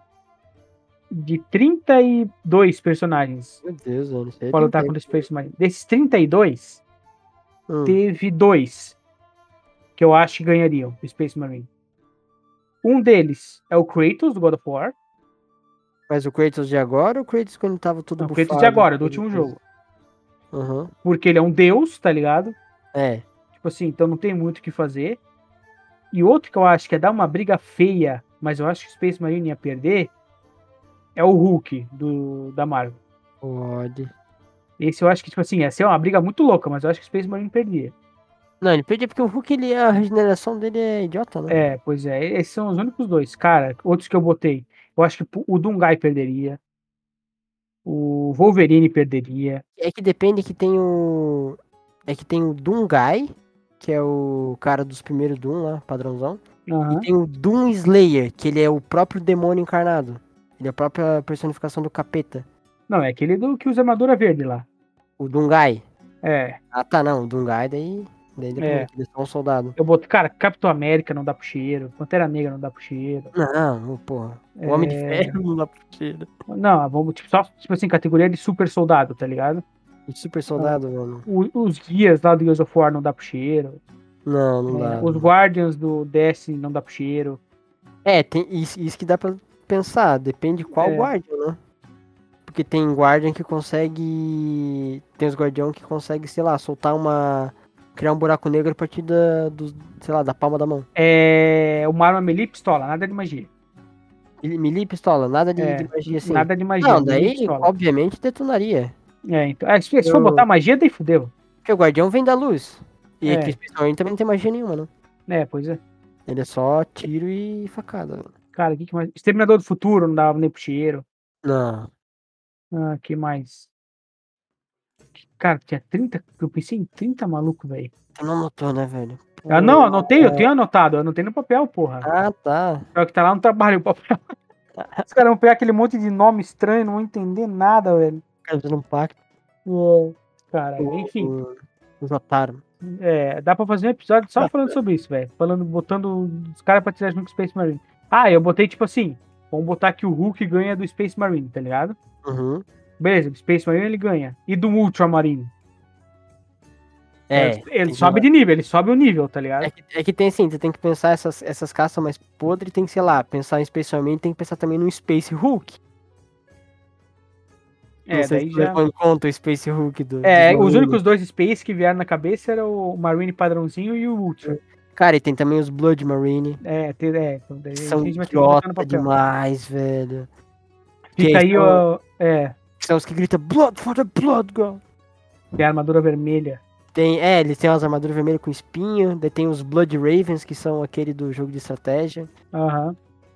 de trinta e dois personagens Meu Deus, velho. Isso aí pra tem lutar tempo. contra os Space Marine. Desses trinta e dois, Hum. teve dois que eu acho que ganhariam o Space Marine. Um deles é o Kratos, do God of War. Mas o Kratos de agora ou o Kratos quando tava todo Não, o bufado? Kratos de agora, do último jogo. Aham. Porque ele é um deus, tá ligado? É. Tipo assim, então não tem muito o que fazer. E outro que eu acho que é dar uma briga feia, mas eu acho que o Space Marine ia perder, é o Hulk, do, da Marvel. Pode. Esse eu acho que, tipo assim, ia ser uma briga muito louca, mas eu acho que o Space Marine perdia. Não, ele perdia porque o Hulk, ele, a regeneração dele é idiota, né? É, pois é, esses são os únicos dois. Cara, outros que eu botei. Eu acho que o Dungai perderia. O Wolverine perderia. É que depende que tem o... É que tem o Doomguy, que é o cara dos primeiros Doom lá, padrãozão. Aham. E tem o Doom Slayer, que ele é o próprio demônio encarnado. Ele é a própria personificação do capeta. Não, é aquele do que usa armadura verde lá. O Doomguy. É, Ah, tá, não. O Doomguy daí... Daí depois, É. ele é só um soldado. eu botei. Cara, Capitão América não dá pro cheiro. Pantera Negra não dá pro cheiro. Não, porra. O Homem de É. Ferro não dá pra cheiro. Não, vamos, tipo, só, tipo assim, categoria de super soldado, tá ligado? O super soldado, mano. O- os guias lá do Gears of War não dá pro cheiro. Não, não É, dá. os Guardians do Destiny não dá pro cheiro. É, tem isso, isso que dá pra pensar. Depende qual É, Guardian, né? Porque tem Guardian que consegue. Tem os Guardião que consegue, sei lá, soltar uma. Criar um buraco negro a partir da, do, sei lá, da palma da mão. é uma arma melee pistola, nada de magia. Melee melee pistola, nada de, de É, magia assim. nada de magia, Não, melee daí, pistola. obviamente, detonaria. É, então, é, se, se for botar Eu... magia, daí fudeu. Porque o Guardião vem da luz. E aqui, É, especialmente, também não tem magia nenhuma, né? é, pois é. Ele é só tiro e facada. Cara, que, que mais? Exterminador do Futuro não dava nem pro cheiro. Não, Ah, que mais? Cara, tinha trinta. Eu pensei em trinta maluco, velho. tu não notou, né, velho? Ah, não, Pô. anotei, eu tenho anotado. Eu anotei no papel, porra. Ah, tá. É o que tá lá no trabalho, o papel. Os caras vão pegar aquele monte de nome estranho, não vão entender nada, velho. Fazendo um pacto. É, cara, O- enfim. o- Os otários. É, dá pra fazer um episódio só falando sobre isso, velho. Falando, botando os caras pra tirar junto com o Space Marine. Ah, eu botei tipo assim. Vamos botar que o Hulk ganha do Space Marine, tá ligado? Uhum. Beleza, do Space Marine ele ganha. E do Ultramarine? É, É. ele tem que sobe levar- de nível, ele sobe o nível, tá É ligado? que, é que tem assim, você tem que pensar essas, essas caças mais podres, tem que, sei lá, pensar especialmente, tem que pensar também no Space Hulk. Não É, sei se daí tu já. levou em conta o Space Hulk do, dos É, os Marines. únicos dois Space que vieram na cabeça eram o Marine padrãozinho e o Ultra. Cara, e tem também os Blood Marine, É, tem, é, então daí que a são gente vai ter que botar no idiota papel. demais, velho. Que Fica aí aí, são, ó. É, que são os que gritam Blood for the Blood God. tem a armadura vermelha. Tem, é, eles têm umas armaduras vermelhas com espinho, daí tem os Blood Ravens, que são aquele do jogo de estratégia. Aham.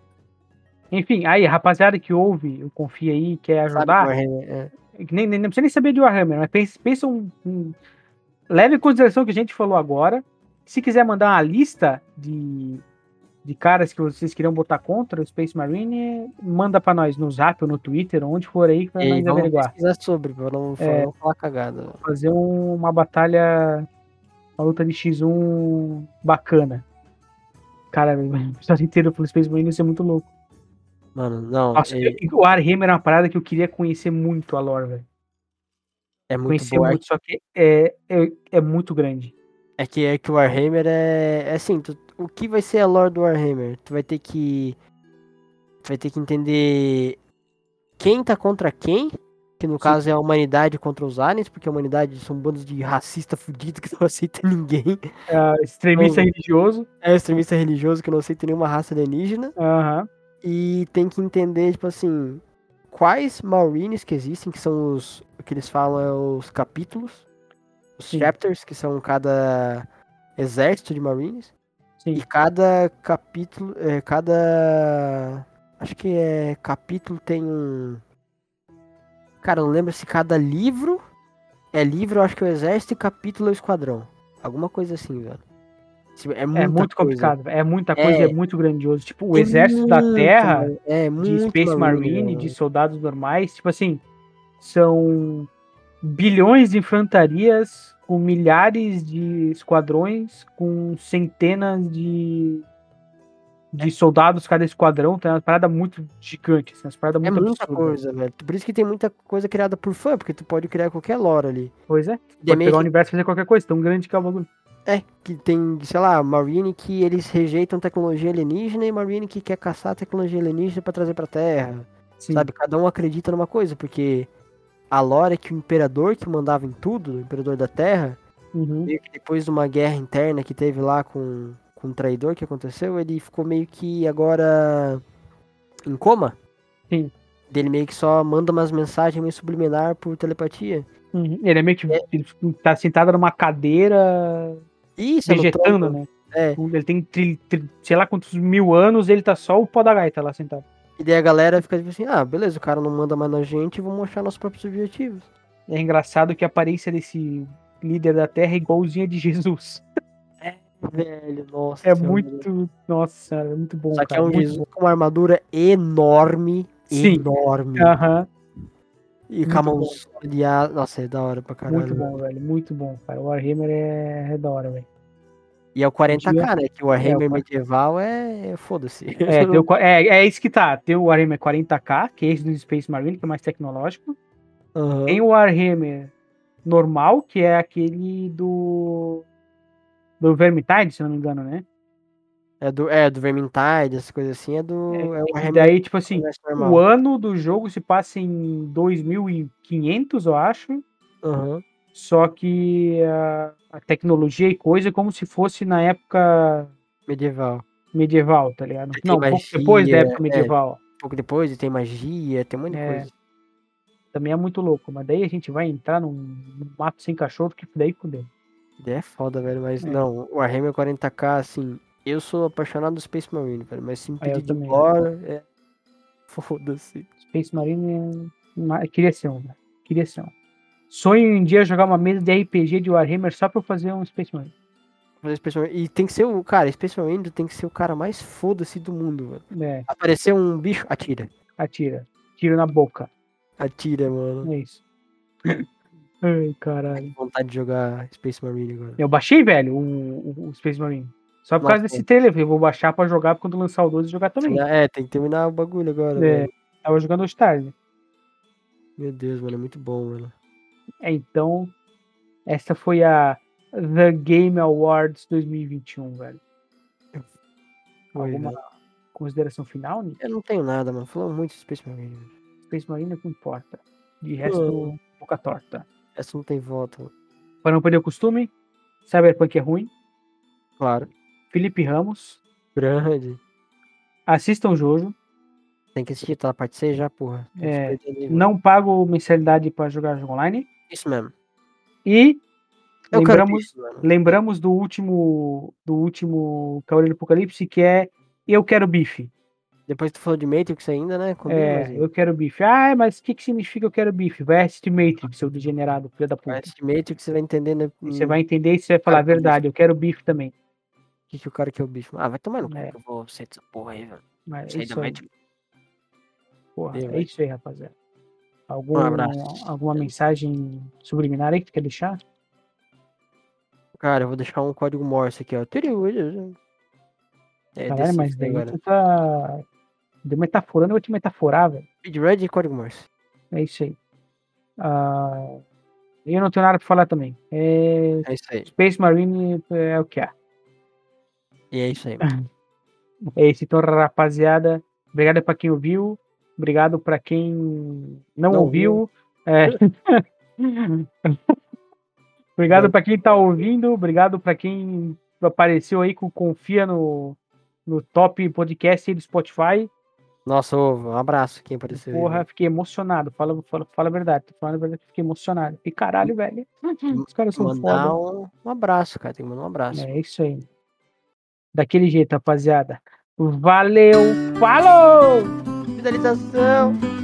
Enfim, aí, rapaziada que ouve, eu confio aí, quer Sabe do ajudar, Warhammer? É. nem, nem, não precisa nem saber de Warhammer, mas pensa, pensa um, um- leve em consideração o que a gente falou agora. Se quiser mandar uma lista de, de caras que vocês queriam botar contra o Space Marine, manda pra nós no Zap ou no Twitter, onde for aí, pra E aí nós vamos averiguar. pesquisar sobre, pra não, pra não falar cagada. Fazer um- uma batalha, uma luta de X um bacana. Cara, o episódio inteiro pelo Space Marine ia ser muito louco. Mano, não, Nossa, é, eu- o Warhammer é uma parada que eu queria conhecer muito a lore, velho. é muito Conhecer boa. É, muito, só que é, é, é muito grande. é que é que o Warhammer é, é assim, tu- o que vai ser a lore do Warhammer? Tu vai ter que tu vai ter que entender quem tá contra quem, que no Sim. caso é a humanidade contra os aliens, porque a humanidade são bandos de racista fudido que não aceita ninguém. É, extremista Então, religioso. é extremista religioso que não aceita nenhuma raça alienígena. Aham. E tem que entender, tipo assim, quais Marines que existem, que são os, o que eles falam é os capítulos, os Sim. chapters, que são cada exército de Marines. Sim. E cada capítulo, é, cada, acho que é capítulo tem um, cara, não lembro se cada livro é livro, eu acho que é o exército e capítulo é o esquadrão. Alguma coisa assim, velho. É muita É muito coisa. complicado, velho. É muita coisa, é, É, muito grandioso. Tipo, o tem exército da muito, Terra, mano. É de muito Space Marine, Marine, velho. de soldados normais, tipo assim, são bilhões de infantarias com milhares de esquadrões, com centenas de, de soldados cada esquadrão. Tem uma parada muito gigante, assim, uma parada É muito muita absurda. coisa, velho. Por isso que tem muita coisa criada por fã, porque tu pode criar qualquer lore ali. Pois é, E é pode meio pegar o que, universo e fazer qualquer coisa, tão grande que é o bagulho. é, que tem, sei lá, Marine que eles rejeitam tecnologia alienígena e Marine que quer caçar tecnologia alienígena pra trazer pra Terra. Sim. Sabe? Cada um acredita numa coisa, porque a lore é que o imperador que mandava em tudo, o imperador da Terra, Uhum. meio que depois de uma guerra interna que teve lá com, com um traidor que aconteceu, ele ficou meio que agora em coma. Sim. Dele meio que só manda umas mensagens meio subliminar por telepatia. Uhum. Ele é meio que. É. Ele tá sentado numa cadeira Isso, é no vegetando, trono. né? É. Ele tem, tri, tri, sei lá quantos mil anos, ele tá só o pó da gaita lá sentado. E daí a galera fica tipo assim, ah, beleza, o cara não manda mais na gente, vamos achar nossos próprios objetivos. É engraçado que a aparência desse líder da Terra é igualzinha a de Jesus. Velho, nossa É senhora. muito. Nossa senhora, é muito bom, Só que cara. é um muito Jesus bom. com uma armadura enorme, Sim. enorme. Aham. E com a mão de ar. Nossa, é da hora pra caralho. Muito bom, velho. Muito bom, cara. O Warhammer é, é da hora, velho. E é o quarenta K, né? Que o Warhammer É, o- medieval é. Foda-se. É, tem o, é, é isso que tá. Tem o Warhammer quarenta K, que é esse do Space Marine, que é mais tecnológico. Aham. Tem o Warhammer normal, que é aquele do. do Vermintide, se eu não me engano, né? É do, é, do Vermintide, essas coisas assim, é do. É o E Warhammer daí, tipo assim, o normal. ano do jogo se passa em dois mil e quinhentos, eu acho. Aham. Só que a, a tecnologia e coisa é como se fosse na época Medieval. medieval, tá ligado? Aí tem Não, um pouco depois da magia, época é, um medieval. pouco depois e tem magia, tem um monte de É, coisa. também é muito louco. Mas daí a gente vai entrar num, num mato sem cachorro que daí fudeu. Ideia é foda, velho, mas É, não, o Warhammer quarenta K, assim, eu sou apaixonado do Space Marine, velho, mas se me aí eu pedir de também, velho. lore, é. Foda-se. Space Marine, é uma- queria ser um, velho. Queria ser um. Sonho um dia jogar uma mesa de R P G de Warhammer só pra eu fazer um Space Marine. Fazer Space Marine. E tem que ser o, cara, Space Marine tem que ser o cara mais foda-se do mundo, velho. É, Aparecer um bicho, atira. atira. Tiro na boca. Atira, mano. É isso. Ai, caralho. Vontade de jogar Space Marine agora. Eu baixei, velho, o, o- o Space Marine. Só por causa Nossa, desse trailer. Eu vou baixar pra jogar quando lançar o doze e jogar também. é, tem que terminar o bagulho agora, É, velho. tava jogando hoje tarde. Meu Deus, mano, é muito bom, mano. É, então, essa foi a The Game Awards dois mil e vinte e um, velho. Foi, Alguma velho. consideração final, Nick? Eu não tenho nada, mano. Falou muito de Space Marine, velho. Space Marine é o que importa. De Mano, resto, boca torta. essa não tem volta, mano. Para não perder o costume, Cyberpunk é ruim. Claro. Felipe Ramos. Grande. Assistam o Jojo. Tem que assistir, tá na parte seis já, porra. Tem que se É, perder ali, mano. não pago mensalidade para jogar jogo online. Isso mesmo. E Eu quero lembramos, bicho, mano. lembramos do último do último Cavaleiro do Apocalipse, que é Eu Quero Bife. Depois tu falou de Matrix ainda, né? Combina mais É, aí. eu quero bife. Ah, mas o que, que significa eu quero bife? Vai assistir Matrix, seu degenerado, filho da Vai puta. assistir Matrix, você vai entender, né? E você hum, vai entender e você vai o falar cara a que é o bicho. verdade, eu quero bife também. O que, que o cara que é o bicho? Ah, vai tomar no cu É, que eu vou ser dessa porra aí, velho. mas é Sair da isso aí. Matrix. Porra, E, é velho. isso aí, rapaziada. Um Algum, abraço. alguma mensagem subliminar aí que tu quer deixar? Cara, eu vou deixar um código Morse aqui, ó. É, Caralho, decifra mas daí agora. tu tá. Deu metaforando, eu vou te metaforar, velho. Speedrun e código Morse. É isso aí. Ah, eu não tenho nada pra falar também. É, É isso aí. Space Marine é o que é. E é isso aí, mano. É isso, então, rapaziada. Obrigado pra quem ouviu. Obrigado pra quem não Não viu? ouviu. É. Obrigado Não. pra quem tá ouvindo. Obrigado pra quem apareceu aí com confia no, no top podcast aí do Spotify. Nossa, ô, um abraço quem apareceu aí, Porra, velho. fiquei emocionado. Fala, fala, fala a verdade. Tô falando a verdade, fiquei emocionado. E caralho, velho. Os caras são Mandar foda. um, um abraço, cara. Tem que mandar um abraço. É isso aí. Daquele jeito, rapaziada. Valeu, falou! Finalização!